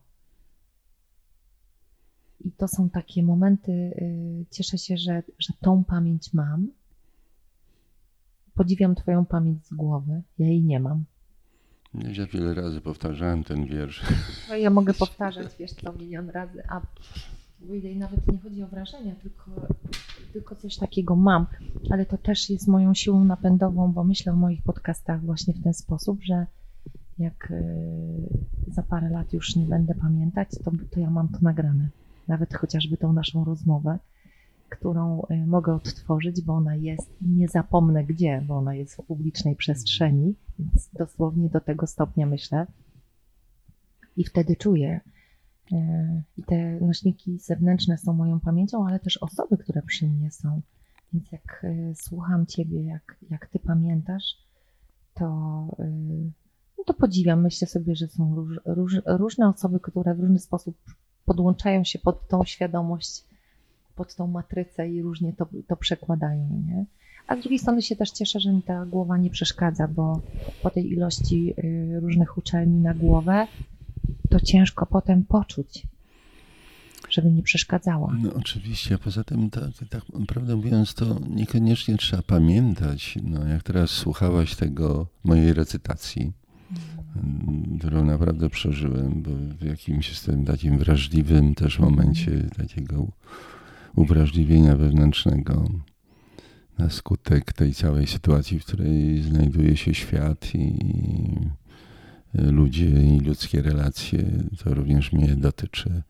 I to są takie momenty, yy, cieszę się, że, że tą pamięć mam. Podziwiam Twoją pamięć z głowy, ja jej nie mam. Ja wiele razy powtarzałem ten wiersz. No ja mogę powtarzać, wiesz co, milion razy, a wyjdę i nawet nie chodzi o wrażenia, tylko, tylko coś takiego mam, ale to też jest moją siłą napędową, bo myślę o moich podcastach właśnie w ten sposób, że jak yy, za parę lat już nie będę pamiętać, to, to ja mam to nagrane. Nawet chociażby tą naszą rozmowę, którą y, mogę odtworzyć, bo ona jest, nie zapomnę gdzie, bo ona jest w publicznej przestrzeni, więc dosłownie do tego stopnia myślę i wtedy czuję. Y, I te nośniki zewnętrzne są moją pamięcią, ale też osoby, które przy mnie są. Więc jak y, słucham Ciebie, jak, jak Ty pamiętasz, to, y, no to podziwiam. Myślę sobie, że są róż, róż, różne osoby, które w różny sposób podłączają się pod tą świadomość, pod tą matrycę i różnie to, to przekładają, nie? A z drugiej strony się też cieszę, że mi ta głowa nie przeszkadza, bo po tej ilości y, różnych uczelni na głowę to ciężko potem poczuć, żeby nie przeszkadzała. No oczywiście, a poza tym tak, tak prawdę mówiąc, to niekoniecznie trzeba pamiętać. No, jak teraz słuchałaś tego mojej recytacji, którą naprawdę przeżyłem, bo w jakimś jestem takim wrażliwym też momencie takiego uwrażliwienia wewnętrznego na skutek tej całej sytuacji, w której znajduje się świat i ludzie i ludzkie relacje. To również mnie dotyczy.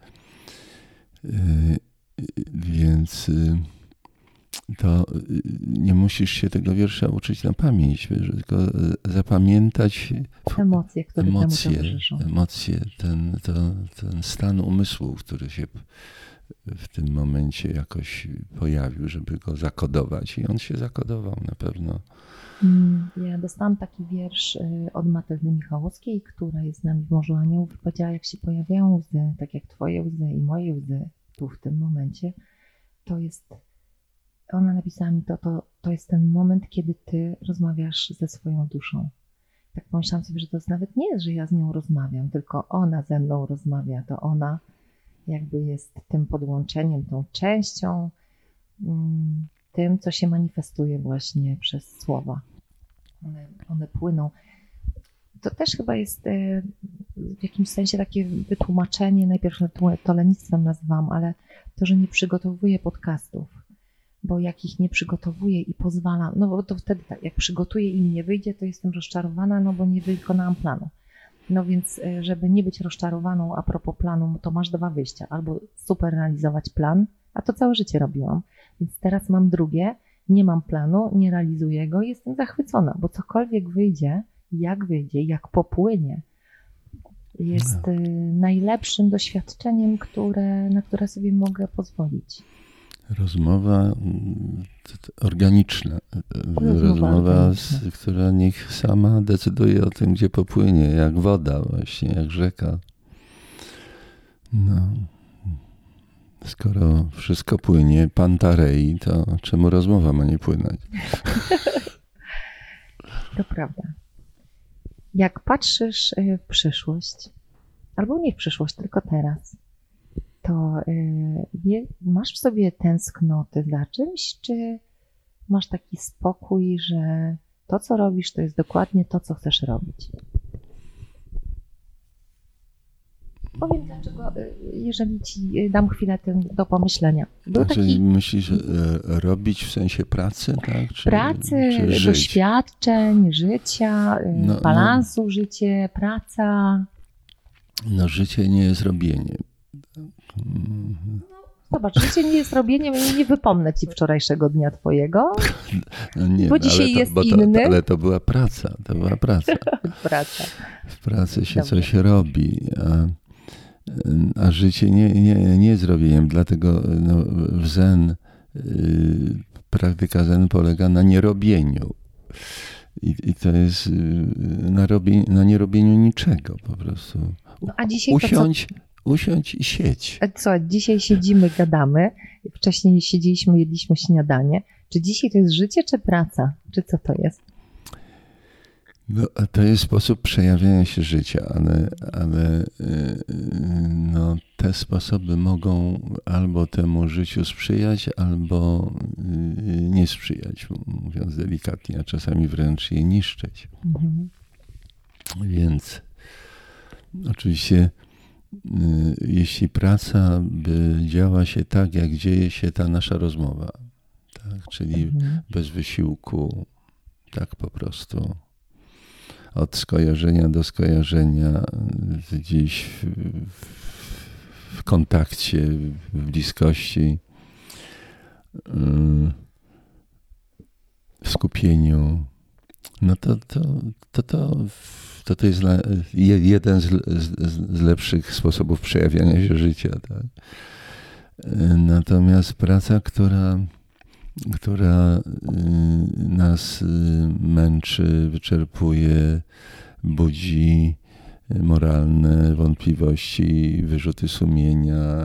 Więc to nie musisz się tego wiersza uczyć na pamięć, tylko zapamiętać emocje, które emocje, temu towarzyszą. Emocje, ten, to, ten stan umysłu, który się w tym momencie jakoś pojawił, żeby go zakodować. I on się zakodował na pewno. Ja dostałam taki wiersz od Matyldy Michałowskiej, która jest z nami w Morzu Aniołów i powiedziała, jak się pojawiają łzy, tak jak Twoje łzy i moje łzy tu w tym momencie, to jest, ona napisała mi to, to, to jest ten moment, kiedy Ty rozmawiasz ze swoją duszą. Tak pomyślałam sobie, że to jest nawet nie jest, że ja z nią rozmawiam, tylko ona ze mną rozmawia, to ona jakby jest tym podłączeniem, tą częścią, tym, co się manifestuje właśnie przez słowa. One, one płyną. To też chyba jest w jakimś sensie takie wytłumaczenie, najpierw to lenistwem nazywam, ale to, że nie przygotowuję podcastów, bo jak ich nie przygotowuję i pozwalam, no bo to wtedy tak, jak przygotuję i mi nie wyjdzie, to jestem rozczarowana, no bo nie wykonałam planu. No więc, żeby nie być rozczarowaną a propos planu, to masz dwa wyjścia. Albo super realizować plan, a to całe życie robiłam. Więc teraz mam drugie, nie mam planu, nie realizuję go i jestem zachwycona, bo cokolwiek wyjdzie, jak wyjdzie, jak popłynie, jest no. najlepszym doświadczeniem, które, na które sobie mogę pozwolić. Rozmowa organiczna, rozmowa, rozmowa z, która niech sama decyduje o tym, gdzie popłynie, jak woda właśnie, jak rzeka. No. skoro wszystko płynie, Pantarei, to czemu rozmowa ma nie płynąć? To prawda. Jak patrzysz w przyszłość, albo nie w przyszłość, tylko teraz, to nie, masz w sobie tęsknoty za czymś, czy masz taki spokój, że to, co robisz, to jest dokładnie to, co chcesz robić? Powiem dlaczego, jeżeli ci dam chwilę do pomyślenia. Był znaczy, taki... myślisz, robić w sensie pracy, tak? Czy, pracy, czy żyć? Doświadczeń, życia, no, balansu, no, życie, praca. No życie nie jest robieniem. Zobacz, życie nie jest robieniem i nie wypomnę ci wczorajszego dnia twojego, no nie, bo dzisiaj to, jest bo to, inny. Ale to była praca, to była praca. praca. W pracy się Dobrze. coś robi, a, a życie nie, nie, nie jest robieniem. Dlatego no, w zen, y, praktyka zen polega na nierobieniu. I, i to jest y, na, robieniu, na nierobieniu niczego po prostu. No, a dzisiaj Usiądź, to co? Usiądź i siedź. Co, dzisiaj siedzimy, gadamy, wcześniej siedzieliśmy, jedliśmy śniadanie. Czy dzisiaj to jest życie, czy praca? Czy co to jest? No, to jest sposób przejawiania się życia, ale, ale no, te sposoby mogą albo temu życiu sprzyjać, albo nie sprzyjać, mówiąc delikatnie, a czasami wręcz je niszczyć. Mhm. Więc oczywiście jeśli praca by działa się tak, jak dzieje się ta nasza rozmowa, tak? Czyli mhm. bez wysiłku, tak po prostu, od skojarzenia do skojarzenia, gdzieś w, w, w kontakcie, w bliskości, w skupieniu, no to to, to, to To, to jest jeden z, z, z lepszych sposobów przejawiania się życia. Tak? Natomiast praca, która, która nas męczy, wyczerpuje, budzi moralne wątpliwości, wyrzuty sumienia,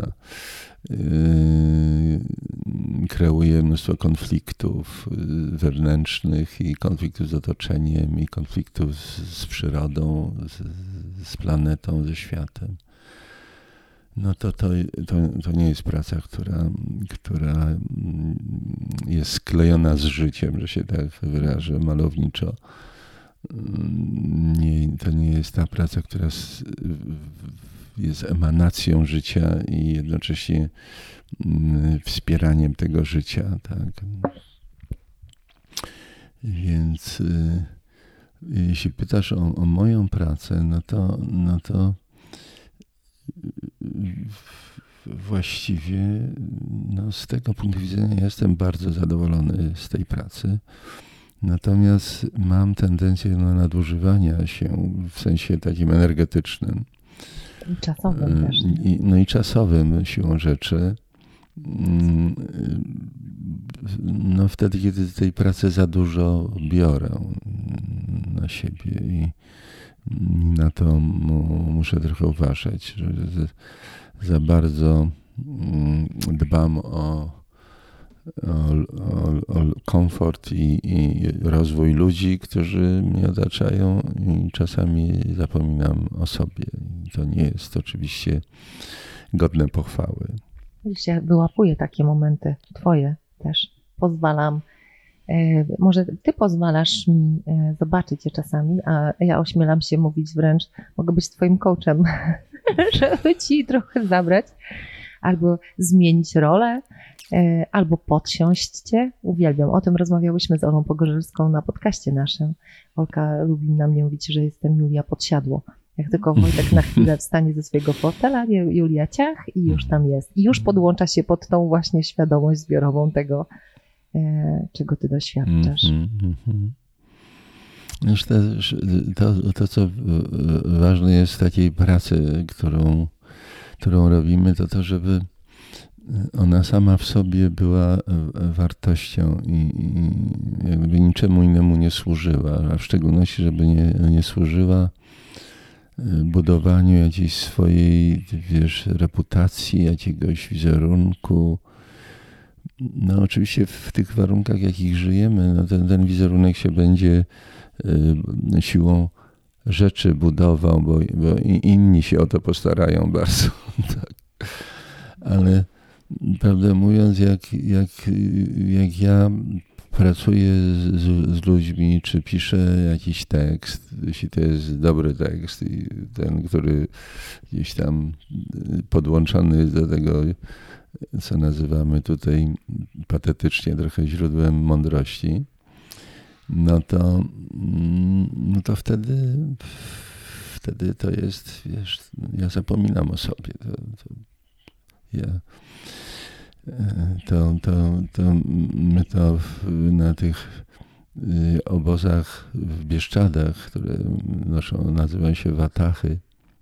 kreuje mnóstwo konfliktów wewnętrznych i konfliktów z otoczeniem, i konfliktów z, z przyrodą, z, z planetą, ze światem. No to, to, to, to nie jest praca, która, która jest sklejona z życiem, że się tak wyrażę malowniczo. Nie, to nie jest ta praca, która jest, jest emanacją życia i jednocześnie wspieraniem tego życia, tak. Więc y, jeśli pytasz o, o moją pracę, no to, no to właściwie no z tego punktu widzenia jestem bardzo zadowolony z tej pracy. Natomiast mam tendencję do nadużywania się w sensie takim energetycznym. I czasowym też. I, no i czasowym siłą rzeczy. No wtedy, kiedy tej pracy za dużo biorę na siebie i, i na to mu, muszę trochę uważać, że za bardzo dbam o, o, o, o komfort i, i rozwój ludzi, którzy mnie otaczają, i czasami zapominam o sobie. To nie jest oczywiście godne pochwały. Ja wyłapuję takie momenty, twoje też. Pozwalam, e, może ty pozwalasz mi e, zobaczyć je czasami, a ja ośmielam się mówić wręcz, mogę być twoim coachem, żeby ci trochę zabrać, albo zmienić rolę, e, albo podsiąść cię. Uwielbiam. O tym rozmawiałyśmy z Olą Pogorzelską na podcaście naszym. Olka lubi na mnie mówić, że jestem Julia Podsiadło. Jak tylko Wojtek na chwilę wstanie ze swojego fotela, Julia ciach i już tam jest. I już podłącza się pod tą właśnie świadomość zbiorową tego, e, czego ty doświadczasz. Mm-hmm. Już też to, to, co ważne jest w takiej pracy, którą, którą robimy, to to, żeby ona sama w sobie była wartością i, i jakby niczemu innemu nie służyła, a w szczególności, żeby nie, nie służyła budowaniu jakiejś swojej, wiesz, reputacji, jakiegoś wizerunku. No oczywiście w tych warunkach, jakich żyjemy, no ten, ten wizerunek się będzie y, siłą rzeczy budował, bo, bo inni się o to postarają bardzo. Tak. Ale prawdę mówiąc, jak, jak, jak ja pracuję z, z ludźmi, czy piszę jakiś tekst, jeśli to jest dobry tekst i ten, który gdzieś tam podłączony do tego, co nazywamy tutaj patetycznie trochę źródłem mądrości, no to, no to wtedy, wtedy to jest, wiesz, ja zapominam o sobie. To, to ja, to, to, to my to na tych obozach w Bieszczadach, które noszą, nazywają się watachy,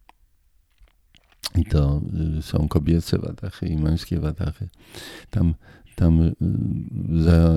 i to są kobiece watachy i męskie watachy. Tam, tam za,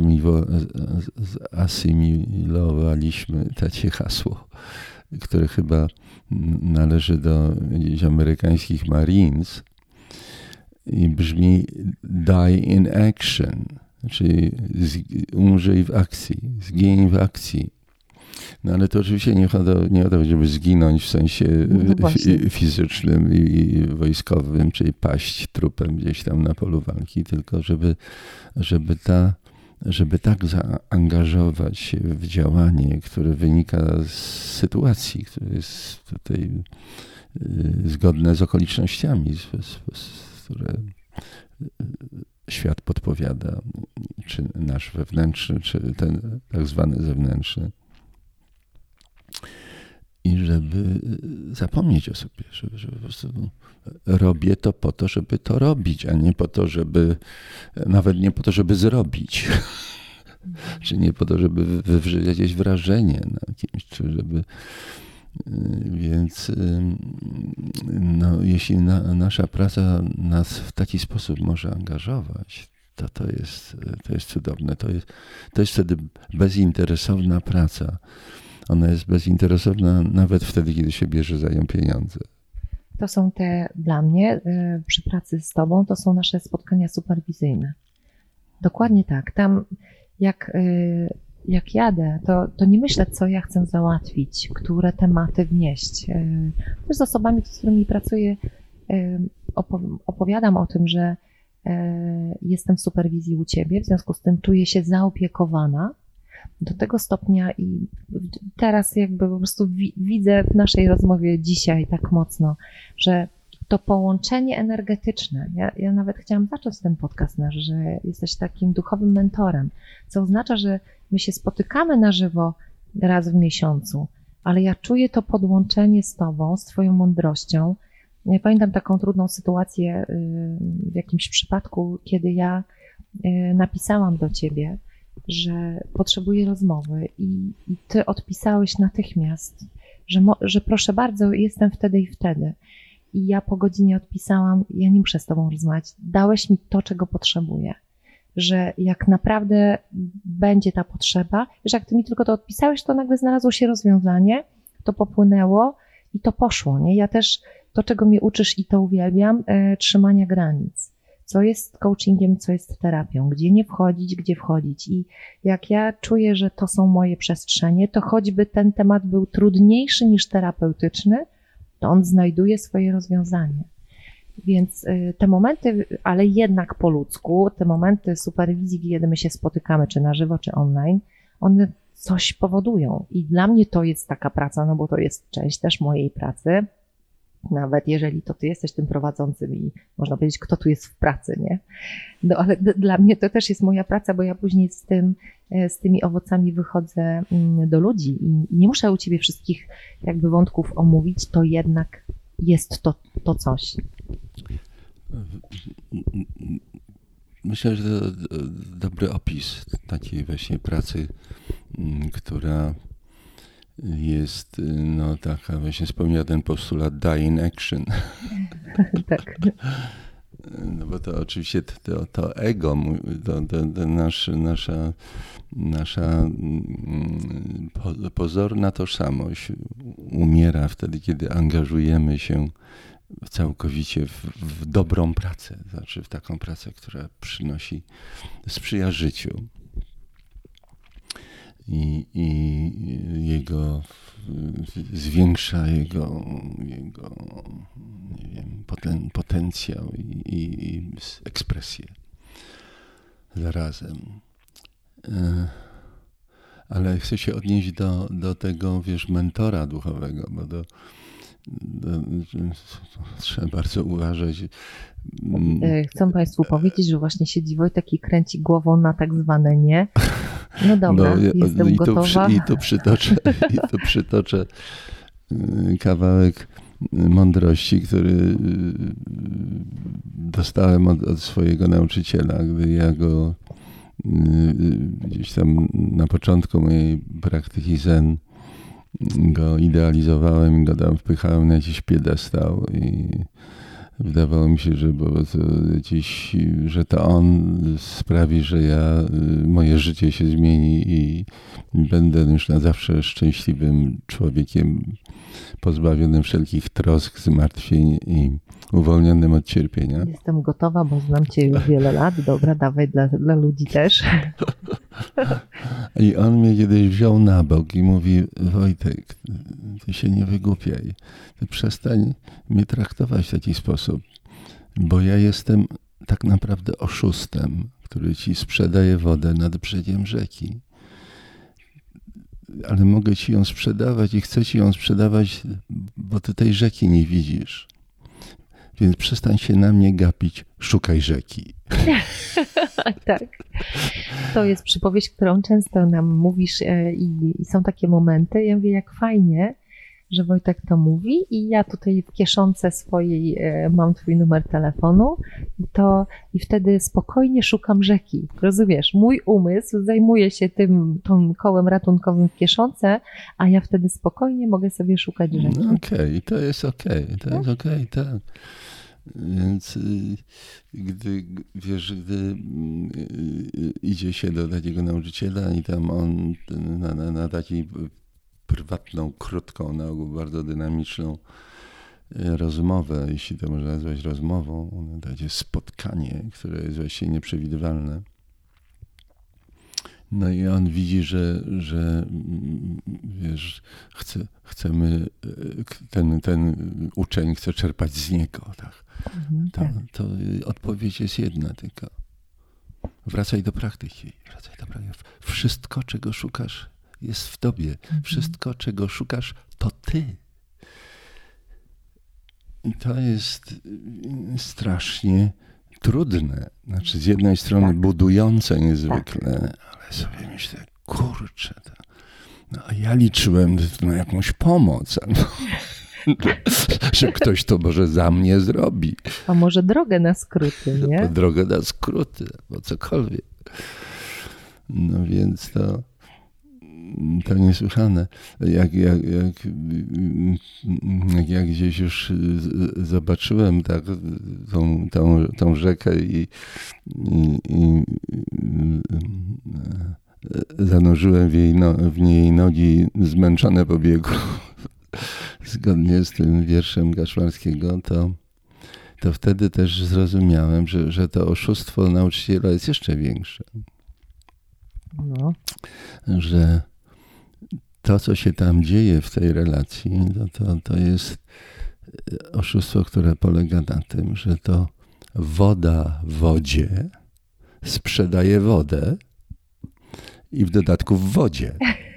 zasymilowaliśmy takie hasło, które chyba należy do gdzieś amerykańskich Marines i brzmi die in action, czyli umrzyj w akcji, zgiń w akcji. No ale to oczywiście nie chodzi, nie o to, żeby zginąć w sensie no fizycznym i wojskowym, czyli paść trupem gdzieś tam na polu walki, tylko żeby, żeby, ta, żeby tak zaangażować się w działanie, które wynika z sytuacji, które jest tutaj zgodne z okolicznościami, z, z, z, które świat podpowiada, czy nasz wewnętrzny, czy ten tak zwany zewnętrzny. I żeby zapomnieć o sobie, żeby, żeby po prostu robię to po to, żeby to robić, a nie po to, żeby, nawet nie po to, żeby zrobić. Czy nie po to, żeby wywrzeć jakieś wrażenie na kimś, czy żeby... Więc no, jeśli na, nasza praca nas w taki sposób może angażować, to to jest, to jest cudowne. To jest, to jest wtedy bezinteresowna praca. Ona jest bezinteresowna nawet wtedy, kiedy się bierze za nią pieniądze. To są te, dla mnie, przy pracy z tobą, to są nasze spotkania superwizyjne. Dokładnie tak. Tam jak, jak jadę, to, to nie myślę, co ja chcę załatwić, które tematy wnieść. Też z osobami, z którymi pracuję, opowiadam o tym, że jestem w superwizji u ciebie, w związku z tym czuję się zaopiekowana. Do tego stopnia i teraz jakby po prostu wi- widzę w naszej rozmowie dzisiaj tak mocno, że to połączenie energetyczne, ja, ja nawet chciałam zacząć ten podcast nasz, że jesteś takim duchowym mentorem, co oznacza, że my się spotykamy na żywo raz w miesiącu, ale ja czuję to podłączenie z tobą, z twoją mądrością. Ja pamiętam taką trudną sytuację w jakimś przypadku, kiedy ja napisałam do ciebie, że potrzebuję rozmowy i, i ty odpisałeś natychmiast, że, mo, że proszę bardzo, jestem wtedy i wtedy. I ja po godzinie odpisałam, ja nie muszę z tobą rozmawiać, dałeś mi to, czego potrzebuję. Że jak naprawdę będzie ta potrzeba, że jak ty mi tylko to odpisałeś, to nagle znalazło się rozwiązanie, to popłynęło i to poszło, nie? Ja też to, czego mnie uczysz i to uwielbiam, e, trzymania granic. Co jest coachingiem, co jest terapią, gdzie nie wchodzić, gdzie wchodzić. I jak ja czuję, że to są moje przestrzenie, to choćby ten temat był trudniejszy niż terapeutyczny, to on znajduje swoje rozwiązanie. Więc te momenty, ale jednak po ludzku, te momenty superwizji, kiedy my się spotykamy, czy na żywo, czy online, one coś powodują. I dla mnie to jest taka praca, no bo to jest część też mojej pracy. Nawet jeżeli to ty jesteś tym prowadzącym i można powiedzieć, kto tu jest w pracy, nie? No ale d- dla mnie to też jest moja praca, bo ja później z tym, z tymi owocami wychodzę do ludzi i nie muszę u ciebie wszystkich jakby wątków omówić, to jednak jest to, to coś. Myślę, że to dobry opis takiej właśnie pracy, która jest, no taka właśnie spełnia ten postulat die in action. Tak. No bo to oczywiście to, to ego, to, to, to nasz, nasza, nasza pozorna tożsamość umiera wtedy, kiedy angażujemy się całkowicie w, w dobrą pracę, znaczy w taką pracę, która przynosi, sprzyja życiu. I, i jego zwiększa jego, jego nie wiem, poten, potencjał i, i, i ekspresję zarazem. Ale chcę się odnieść do, do tego, wiesz, mentora duchowego, bo do, do, trzeba bardzo uważać. Chcę Państwu powiedzieć, że właśnie siedzi Wojtek i kręci głową na tak zwane nie. No dobra, no, jestem i gotowa. Tu, I tu przytoczę, i tu przytoczę kawałek mądrości, który dostałem od, od swojego nauczyciela, gdy ja go gdzieś tam na początku mojej praktyki zen go idealizowałem i go tam wpychałem na jakiś piedestał i wydawało mi się, że, bo to gdzieś, że to on sprawi, że ja, moje życie się zmieni i będę już na zawsze szczęśliwym człowiekiem, pozbawionym wszelkich trosk, zmartwień i uwolnionym od cierpienia. Jestem gotowa, bo znam Cię już wiele lat. Dobra, dawaj dla, dla ludzi też. I on mnie kiedyś wziął na bok i mówi: Wojtek, ty się nie wygłupiaj. Ty przestań mnie traktować w taki sposób, bo ja jestem tak naprawdę oszustem, który ci sprzedaje wodę nad brzegiem rzeki. Ale mogę ci ją sprzedawać i chcę ci ją sprzedawać, bo ty tej rzeki nie widzisz. Więc przestań się na mnie gapić, szukaj rzeki. Tak. To jest przypowieść, którą często nam mówisz i, i są takie momenty. Ja mówię, jak fajnie, że Wojtek to mówi i ja tutaj w kieszonce swojej mam twój numer telefonu i, to, i wtedy spokojnie szukam rzeki. Rozumiesz? Mój umysł zajmuje się tym, tym kołem ratunkowym w kieszonce, a ja wtedy spokojnie mogę sobie szukać rzeki. No okej, okay, to jest okej, okay, to tak? jest okej, okay, tak. Więc gdy, wiesz, gdy idzie się do takiego nauczyciela i tam on na, na, na taki prywatną, krótką, na ogół bardzo dynamiczną rozmowę, jeśli to można nazwać rozmową, takie spotkanie, które jest właściwie nieprzewidywalne. No i on widzi, że, że wiesz, chce, chcemy, ten, ten uczeń chce czerpać z niego. Tak? Mhm, to, tak. to odpowiedź jest jedna tylko. Wracaj do praktyki. Wracaj do praktyki. Wszystko, czego szukasz, jest w tobie. Mhm. Wszystko, czego szukasz, to ty. I to jest strasznie trudne. Znaczy z jednej strony tak. budujące niezwykle, tak. ale sobie myślę, kurczę, to, no a ja liczyłem na jakąś pomoc. No, że ktoś to może za mnie zrobi. A może drogę na skróty, nie? No, drogę na skróty, albo cokolwiek. No więc to to niesłychane. Jak, jak, jak, jak, jak gdzieś już zobaczyłem tak, tą, tą, tą rzekę i, i, i zanurzyłem w, jej no, w niej nogi zmęczone po biegu, zgodnie z tym wierszem Gaszmarskiego, to, to wtedy też zrozumiałem, że, że to oszustwo nauczyciela jest jeszcze większe. No. Że to, co się tam dzieje w tej relacji, to, to, to jest oszustwo, które polega na tym, że to woda w wodzie sprzedaje wodę i w dodatku w wodzie.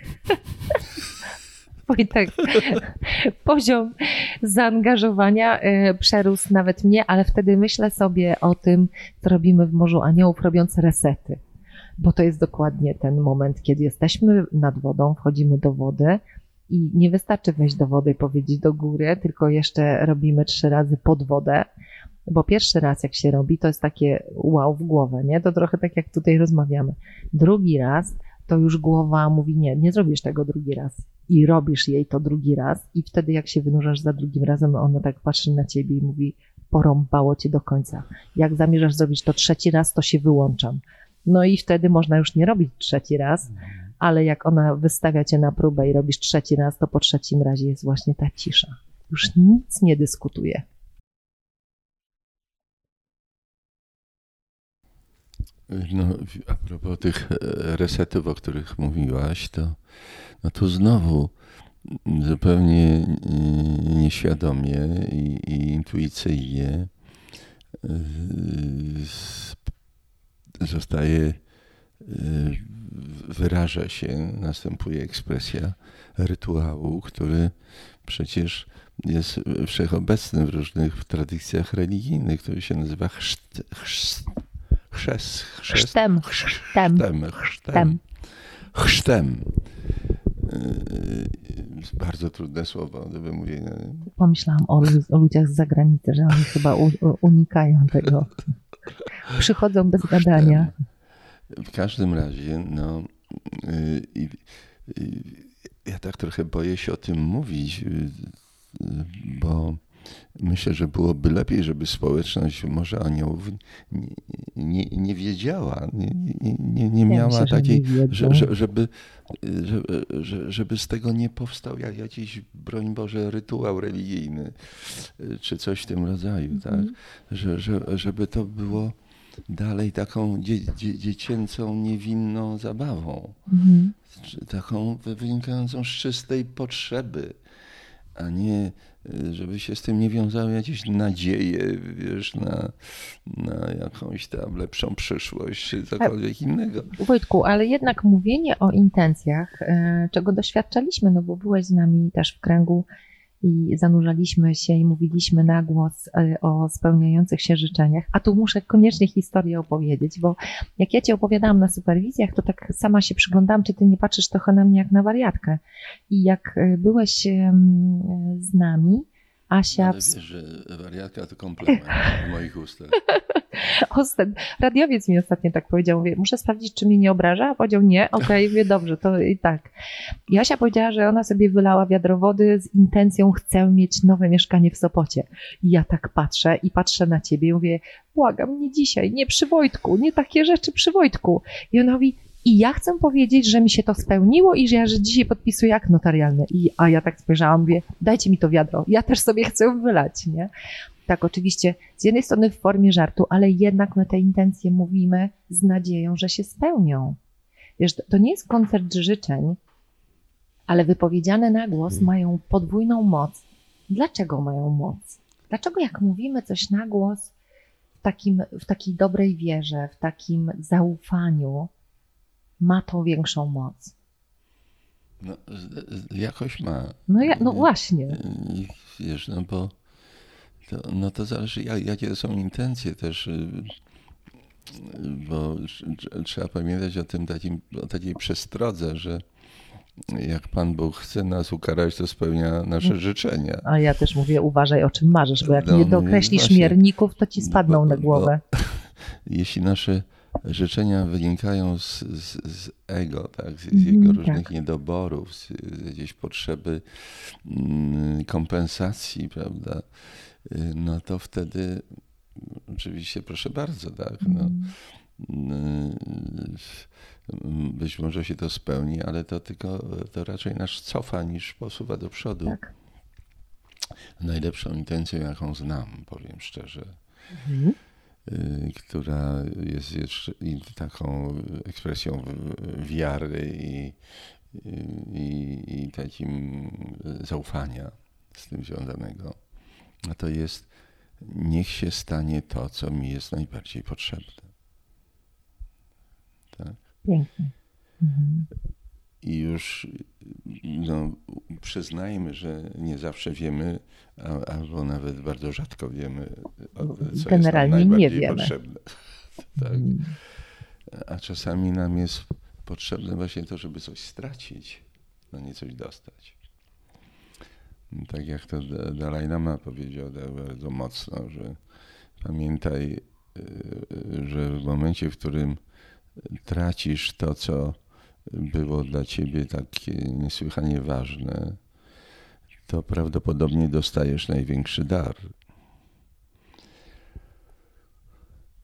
Wojtek, poziom zaangażowania przerósł nawet mnie, ale wtedy myślę sobie o tym, co robimy w Morzu Aniołów, robiąc resety. Bo to jest dokładnie ten moment, kiedy jesteśmy nad wodą, wchodzimy do wody i nie wystarczy wejść do wody i powiedzieć do góry, tylko jeszcze robimy trzy razy pod wodę, bo pierwszy raz jak się robi, to jest takie wow w głowę, nie? To trochę tak jak tutaj rozmawiamy. Drugi raz to już głowa mówi nie, nie zrobisz tego drugi raz i robisz jej to drugi raz i wtedy jak się wynurzasz za drugim razem, ona tak patrzy na ciebie i mówi porąbało cię do końca. Jak zamierzasz zrobić to trzeci raz, to się wyłączam. No i wtedy można już nie robić trzeci raz, ale jak ona wystawia cię na próbę i robisz trzeci raz, to po trzecim razie jest właśnie ta cisza. Już nic nie dyskutuje. No, a propos tych resetów, o których mówiłaś, to no tu znowu zupełnie nieświadomie i, i intuicyjnie zostaje, wyraża się, następuje ekspresja rytuału, który przecież jest wszechobecny w różnych tradycjach religijnych, który się nazywa chrzt, chrzt, chrzest, chrzest, chrztem, chrztem, chrztem, chrztem. chrztem. Bardzo trudne słowo do wymówienia. Pomyślałam o, o ludziach z zagranicy, że oni chyba u, unikają tego. Przychodzą bez gadania. W każdym razie, no, y, y, ja tak trochę boję się o tym mówić, y, bo myślę, że byłoby lepiej, żeby społeczność może aniołów nie, nie, nie wiedziała, nie, nie, nie, nie miała ja myślę, takiej, że nie że, żeby, żeby, żeby z tego nie powstał jakiś, broń Boże, rytuał religijny, czy coś w tym rodzaju, mm-hmm. tak? Że, że, żeby to było dalej taką dzie, dzie, dziecięcą, niewinną zabawą, mm-hmm. taką wynikającą z czystej potrzeby, a nie żeby się z tym nie wiązały jakieś nadzieje, wiesz, na, na jakąś tam lepszą przyszłość, czy cokolwiek innego. Wojtku, ale jednak mówienie o intencjach, czego doświadczaliśmy, no bo byłeś z nami też w kręgu i zanurzaliśmy się i mówiliśmy na głos o spełniających się życzeniach, a tu muszę koniecznie historię opowiedzieć, bo jak ja ci opowiadałam na superwizjach, to tak sama się przyglądałam, czy ty nie patrzysz trochę na mnie jak na wariatkę. I jak byłeś z nami, Asia... Ale wiesz, że wariatka to komplement w moich ustach. Radiowiec mi ostatnio tak powiedział, mówię, muszę sprawdzić, czy mnie nie obraża, a powiedział nie, okej, okay, dobrze, to i tak. I Asia powiedziała, że ona sobie wylała wiadro wody z intencją, chcę mieć nowe mieszkanie w Sopocie. I ja tak patrzę i patrzę na ciebie i mówię, błagam, nie dzisiaj, nie przy Wojtku, nie takie rzeczy przy Wojtku. I ona mówi, i ja chcę powiedzieć, że mi się to spełniło i że ja że dzisiaj podpisuję akt notarialny. I, a ja tak spojrzałam, mówię, dajcie mi to wiadro, ja też sobie chcę wylać, nie? Tak, oczywiście z jednej strony w formie żartu, ale jednak my te intencje mówimy z nadzieją, że się spełnią. Wiesz, to nie jest koncert życzeń, ale wypowiedziane na głos mają podwójną moc. Dlaczego mają moc? Dlaczego jak mówimy coś na głos w, takim, w takiej dobrej wierze, w takim zaufaniu, ma to większą moc? No, jakoś ma. No, ja, no właśnie. Wiesz, no bo to, no to zależy, jakie są intencje też, bo trzeba pamiętać o tym takim, o takiej przestrodze, że jak Pan Bóg chce nas ukarać, to spełnia nasze życzenia. A ja też mówię, uważaj, o czym marzysz, bo jak no, nie dokreślisz właśnie, mierników, to ci spadną bo, na głowę. Bo, jeśli nasze życzenia wynikają z, z, z ego, tak? z, z jego mm, różnych tak. niedoborów, z, z jakiejś potrzeby mm, kompensacji, prawda? No to wtedy oczywiście proszę bardzo, tak. No, mm. Być może się to spełni, ale to tylko to raczej nas cofa niż posuwa do przodu. Tak. Najlepszą intencją, jaką znam, powiem szczerze, mm. która jest jeszcze taką ekspresją wiary i, i, i takim zaufania z tym związanego. A to jest, niech się stanie to, co mi jest najbardziej potrzebne. Tak? Pięknie. Mhm. I już no, przyznajmy, że nie zawsze wiemy, a, albo nawet bardzo rzadko wiemy, co generalnie jest nam nie najbardziej wiemy. potrzebne. Tak? Mhm. A czasami nam jest potrzebne właśnie to, żeby coś stracić, a nie coś dostać. Tak jak to Dalaj Lama powiedział bardzo mocno, że pamiętaj, że w momencie, w którym tracisz to, co było dla ciebie takie niesłychanie ważne, to prawdopodobnie dostajesz największy dar.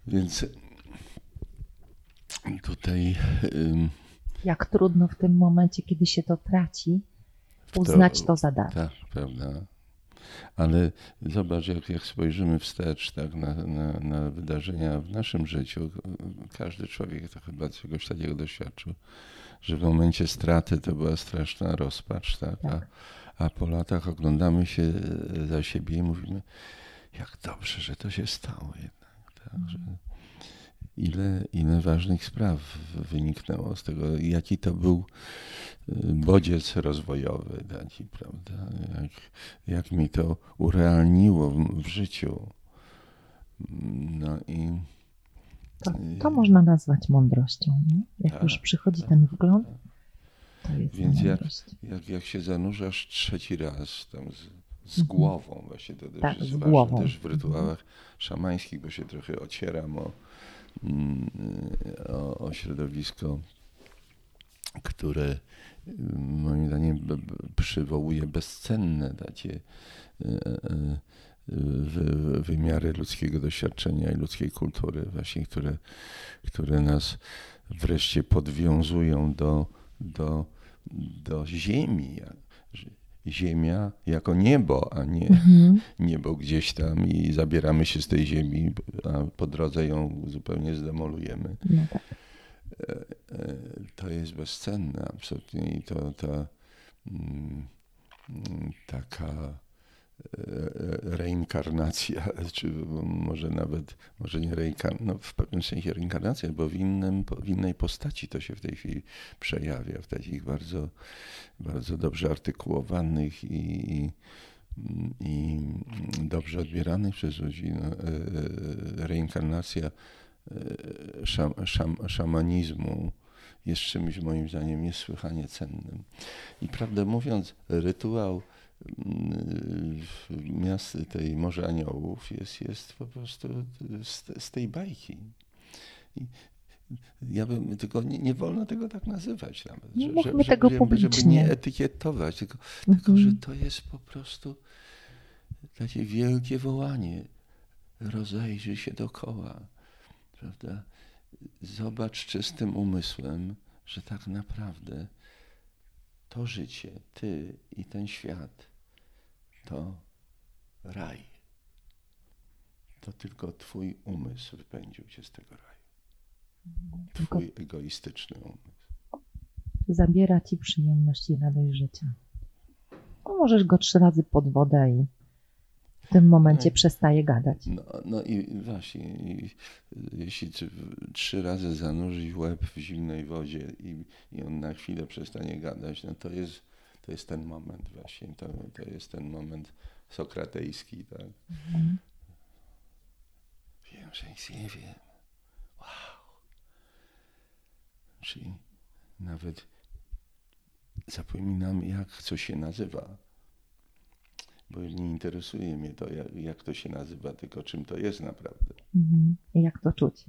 Więc tutaj... Ym, Jak trudno w tym momencie, kiedy się to traci, uznać to, to za dar. Tak, prawda. Ale zobacz, jak, jak spojrzymy wstecz tak, na, na, na wydarzenia w naszym życiu, każdy człowiek to chyba czegoś takiego doświadczył, że w momencie straty to była straszna rozpacz, tak? tak. A, a po latach oglądamy się za siebie i mówimy, jak dobrze, że to się stało jednak. Tak? Że ile, ile ważnych spraw wyniknęło z tego, jaki to był bodziec rozwojowy, taki, prawda? Jak, jak mi to urealniło w, w życiu. No i to, to można nazwać mądrością, nie? Jak tak, już przychodzi tak, ten wgląd, to jest Więc jak, mądrość. jak, jak się zanurzasz trzeci raz tam z, z głową, właśnie to też tak, jest z ważne, głową. też w rytuałach szamańskich, bo się trochę ocieram o, o, o środowisko, które moim zdaniem przywołuje bezcenne takie wymiary ludzkiego doświadczenia i ludzkiej kultury, właśnie, które, które nas wreszcie podwiązują do, do, do ziemi. Ziemia jako niebo, a nie mhm. niebo gdzieś tam i zabieramy się z tej ziemi, a po drodze ją zupełnie zdemolujemy. No tak. To jest bezcenne absolutnie i to ta taka reinkarnacja, czy może nawet, może nie reinkarnacja, no w pewnym sensie reinkarnacja, bo w, innym, w innej postaci to się w tej chwili przejawia, w takich bardzo, bardzo dobrze artykułowanych i, i, i dobrze odbieranych przez ludzi. No, reinkarnacja Szam, szam, szamanizmu jest czymś moim zdaniem niesłychanie cennym. I prawdę mówiąc, rytuał miast tej Morza Aniołów jest, jest po prostu z, z tej bajki. I ja bym, tylko nie, nie wolno tego tak nazywać nawet, nie że, mówmy że, tego żeby, publicznie. żeby nie etykietować, tylko, mhm. tylko że to jest po prostu takie wielkie wołanie. Rozejrzyj się dookoła. Prawda? Zobacz czystym umysłem, że tak naprawdę to życie, ty i ten świat, to raj. To tylko twój umysł wypędził cię z tego raju. Twój egoistyczny umysł. Zabiera ci przyjemność i radość życia. No, możesz go trzy razy pod wodę i w tym momencie no, przestaje gadać. No, no i właśnie, i, jeśli trzy razy zanurzyć łeb w zimnej wodzie i, i on na chwilę przestanie gadać, no to jest, to jest ten moment właśnie, to, to jest ten moment sokratejski, tak? Mhm. Wiem, że nic nie wiem. Wow. Czyli nawet zapominam, jak co się nazywa. Bo nie interesuje mnie to, jak, jak to się nazywa, tylko czym to jest naprawdę. Mhm. I jak to czuć.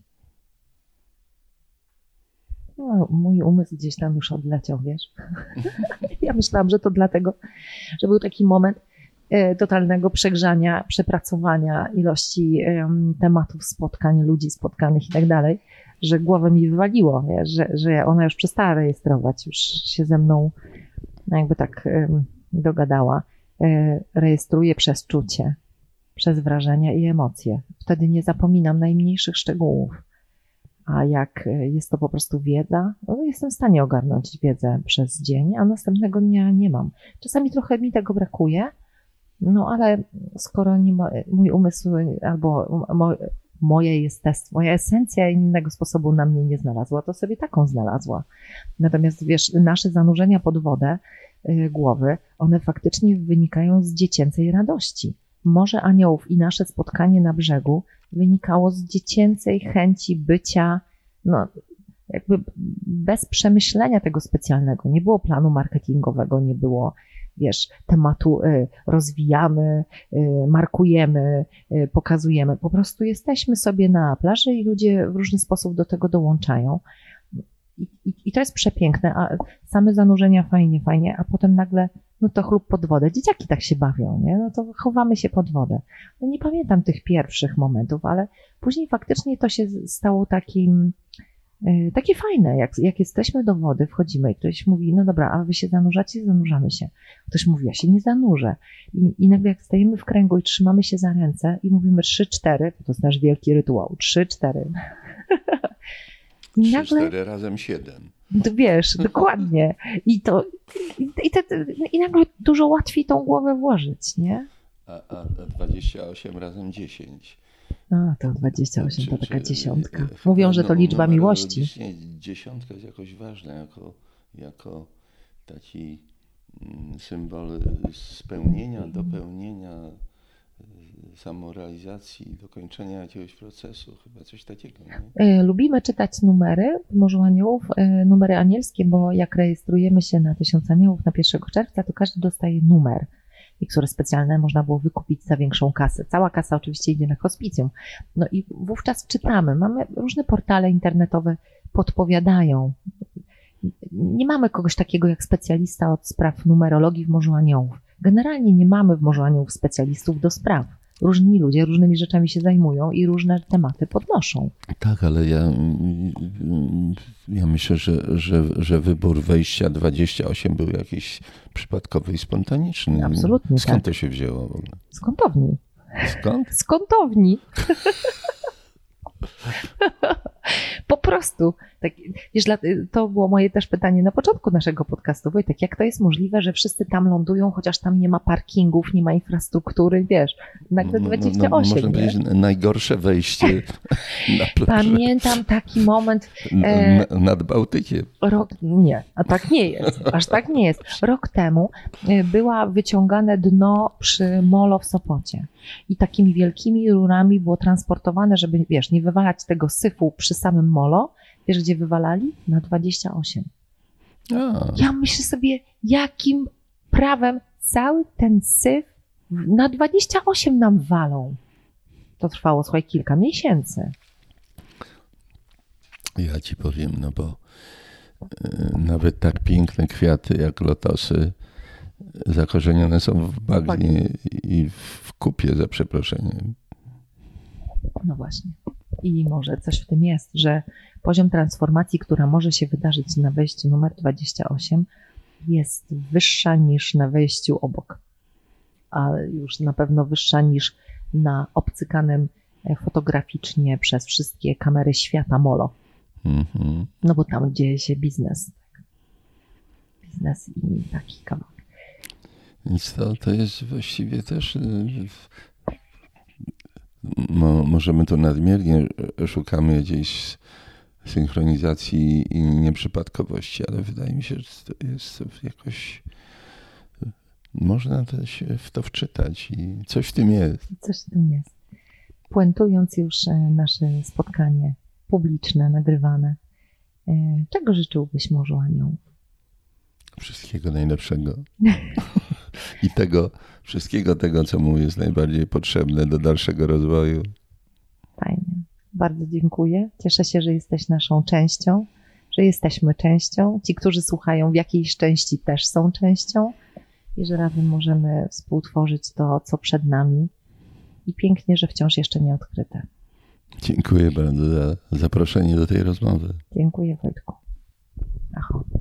No, mój umysł gdzieś tam już odleciał, wiesz. Ja myślałam, że to dlatego, że był taki moment e, totalnego przegrzania, przepracowania ilości e, tematów, spotkań, ludzi spotkanych i tak dalej, że głowę mi wywaliło, wiesz, że, że ona już przestała rejestrować, już się ze mną no jakby tak e, dogadała. Rejestruję przez czucie, przez wrażenia i emocje. Wtedy nie zapominam najmniejszych szczegółów. A jak jest to po prostu wiedza, no jestem w stanie ogarnąć wiedzę przez dzień, a następnego dnia nie mam. Czasami trochę mi tego brakuje, no ale skoro nie ma, mój umysł albo mo, moje jestestwo, moja esencja innego sposobu na mnie nie znalazła, to sobie taką znalazła. Natomiast wiesz, nasze zanurzenia pod wodę głowy, one faktycznie wynikają z dziecięcej radości. Morze Aniołów i nasze spotkanie na brzegu wynikało z dziecięcej chęci bycia, no jakby bez przemyślenia tego specjalnego. Nie było planu marketingowego, nie było, wiesz, tematu y, rozwijamy, y, markujemy, y, pokazujemy. Po prostu jesteśmy sobie na plaży i ludzie w różny sposób do tego dołączają. I, i, I to jest przepiękne, a same zanurzenia fajnie, fajnie, a potem nagle, no to chlub pod wodę. Dzieciaki tak się bawią, nie? No to chowamy się pod wodę. No nie pamiętam tych pierwszych momentów, ale później faktycznie to się stało takim, yy, takie fajne, jak, jak jesteśmy do wody, wchodzimy i ktoś mówi, no dobra, a wy się zanurzacie? Zanurzamy się. Ktoś mówi, ja się nie zanurzę. I, i nagle jak stajemy w kręgu i trzymamy się za ręce i mówimy trzy, cztery, to jest nasz wielki rytuał, trzy, cztery. I nagle, trzy, cztery razem siedem. Wiesz, dokładnie. I to i, i, te, i nagle dużo łatwiej tą głowę włożyć, nie? A, a dwadzieścia osiem razem dziesięć. A, to dwadzieścia osiem to taka dziesiątka. Mówią, że to liczba miłości. Dziesiątka jest jakoś ważna, jako, jako taki symbol spełnienia, dopełnienia, samorealizacji, dokończenia jakiegoś procesu, chyba coś takiego. Nie? Lubimy czytać numery w Morzu Aniołów, numery anielskie, bo jak rejestrujemy się na Tysiąc Aniołów na pierwszego czerwca, to każdy dostaje numer, które specjalne można było wykupić za większą kasę. Cała kasa oczywiście idzie na hospicjum. No i wówczas czytamy, mamy różne portale internetowe, podpowiadają. Nie mamy kogoś takiego jak specjalista od spraw numerologii w Morzu Aniołów. Generalnie nie mamy w Morzu Aniołów specjalistów do spraw. Różni ludzie różnymi rzeczami się zajmują i różne tematy podnoszą. Tak, ale ja, ja myślę, że, że, że wybór wejścia dwadzieścia osiem był jakiś przypadkowy i spontaniczny. Absolutnie. Skąd tak. to się wzięło w ogóle? Skątowni. Skąd? Skątowni. Po prostu. Tak, wiesz, to było moje też pytanie na początku naszego podcastu. Wojtek, jak to jest możliwe, że wszyscy tam lądują, chociaż tam nie ma parkingów, nie ma infrastruktury, wiesz, nagle dwadzieścia osiem. No, no, można powiedzieć najgorsze wejście na plażę. Pamiętam taki moment. E, nad Bałtykiem. Rok, nie, a tak nie jest, aż tak nie jest. Rok temu była wyciągane dno przy molo w Sopocie i takimi wielkimi rurami było transportowane, żeby, wiesz, nie wywalać tego syfu przy samym molo. Wiesz, gdzie wywalali? Na dwadzieścia osiem. A. Ja myślę sobie, jakim prawem cały ten syf na dwadzieścia osiem nam walą. To trwało, słuchaj, kilka miesięcy. Ja ci powiem, no bo y, nawet tak piękne kwiaty jak lotosy zakorzenione są w bagnie i w kupie, za przeproszeniem. No właśnie. I może coś w tym jest, że poziom transformacji, która może się wydarzyć na wejściu numer dwadzieścia osiem, jest wyższa niż na wejściu obok. A już na pewno wyższa niż na obcykanym fotograficznie przez wszystkie kamery świata molo. Mm-hmm. No bo tam dzieje się biznes. Biznes i taki kawałek. Więc to, to jest właściwie też... Mo, możemy to nadmiernie szukamy jakiejś synchronizacji i nieprzypadkowości, ale wydaje mi się, że to jest jakoś... Można to się w to wczytać i coś w tym jest. Coś w tym jest. Puentując już nasze spotkanie publiczne, nagrywane, czego życzyłbyś Morzu Aniołów? Wszystkiego najlepszego. I tego, wszystkiego tego, co mu jest najbardziej potrzebne do dalszego rozwoju. Fajnie. Bardzo dziękuję. Cieszę się, że jesteś naszą częścią, że jesteśmy częścią. Ci, którzy słuchają w jakiejś części, też są częścią i że razem możemy współtworzyć to, co przed nami. I pięknie, że wciąż jeszcze nie odkryte. Dziękuję bardzo za zaproszenie do tej rozmowy. Dziękuję, Wojtku. Aho.